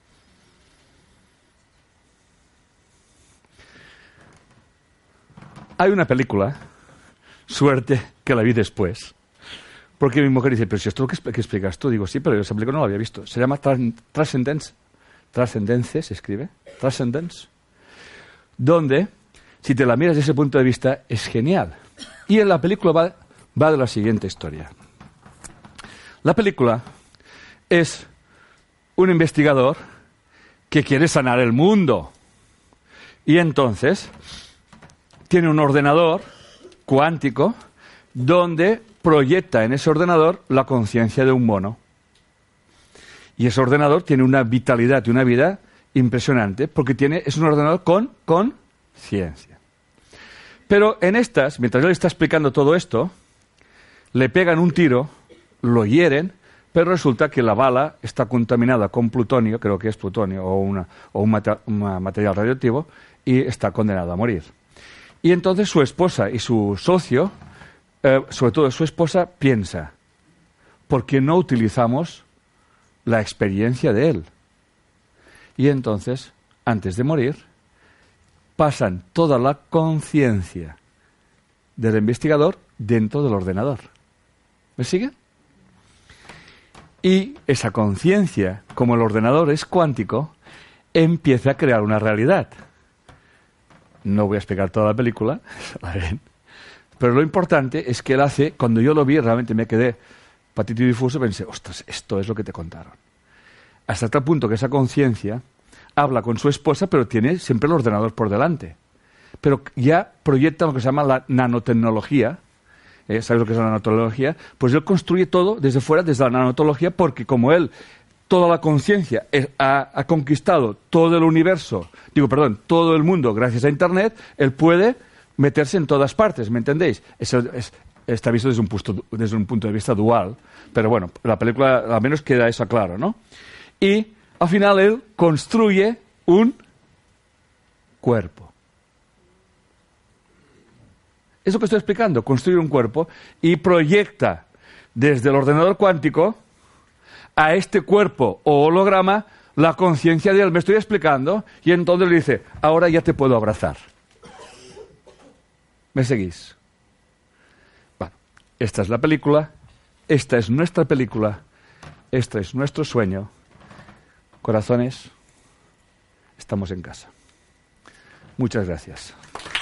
Hay una película, suerte que la vi después, porque mi mujer dice, pero si esto es lo que explicas tú, digo, sí, pero esa película no la había visto. Se llama Transcendence, se escribe, Transcendence, donde, si te la miras desde ese punto de vista, es genial. Y en la película va de la siguiente historia. La película es un investigador que quiere sanar el mundo. Y entonces tiene un ordenador cuántico donde proyecta en ese ordenador la conciencia de un mono. Y ese ordenador tiene una vitalidad y una vida impresionante porque es un ordenador con conciencia. Pero en estas, mientras él está explicando todo esto, le pegan un tiro, lo hieren, pero resulta que la bala está contaminada con plutonio, creo que es plutonio o un material radioactivo, y está condenado a morir. Y entonces su esposa y su socio, sobre todo su esposa, piensa, ¿por qué no utilizamos la experiencia de él? Y entonces, antes de morir, pasan toda la conciencia del investigador dentro del ordenador. ¿Me sigue? Y esa conciencia, como el ordenador es cuántico, empieza a crear una realidad. No voy a explicar toda la película, pero lo importante es que él hace, cuando yo lo vi, realmente me quedé patito y difuso, pensé, ostras, esto es lo que te contaron. Hasta tal punto que esa conciencia habla con su esposa, pero tiene siempre el ordenador por delante. Pero ya proyecta lo que se llama la nanotecnología. ¿Sabes lo que es la nanotecnología? Pues él construye todo desde fuera, desde la nanotecnología, porque como él, toda la conciencia ha conquistado todo el universo, todo el mundo gracias a Internet, él puede meterse en todas partes, ¿me entendéis? Está visto desde un punto de vista dual, pero bueno, la película al menos queda eso claro, ¿no? Y al final él construye un cuerpo. Eso que estoy explicando, construir un cuerpo y proyecta desde el ordenador cuántico a este cuerpo o holograma la conciencia de él. Me estoy explicando y entonces le dice, ahora ya te puedo abrazar. ¿Me seguís? Bueno, esta es la película, esta es nuestra película, este es nuestro sueño. Corazones, estamos en casa. Muchas gracias.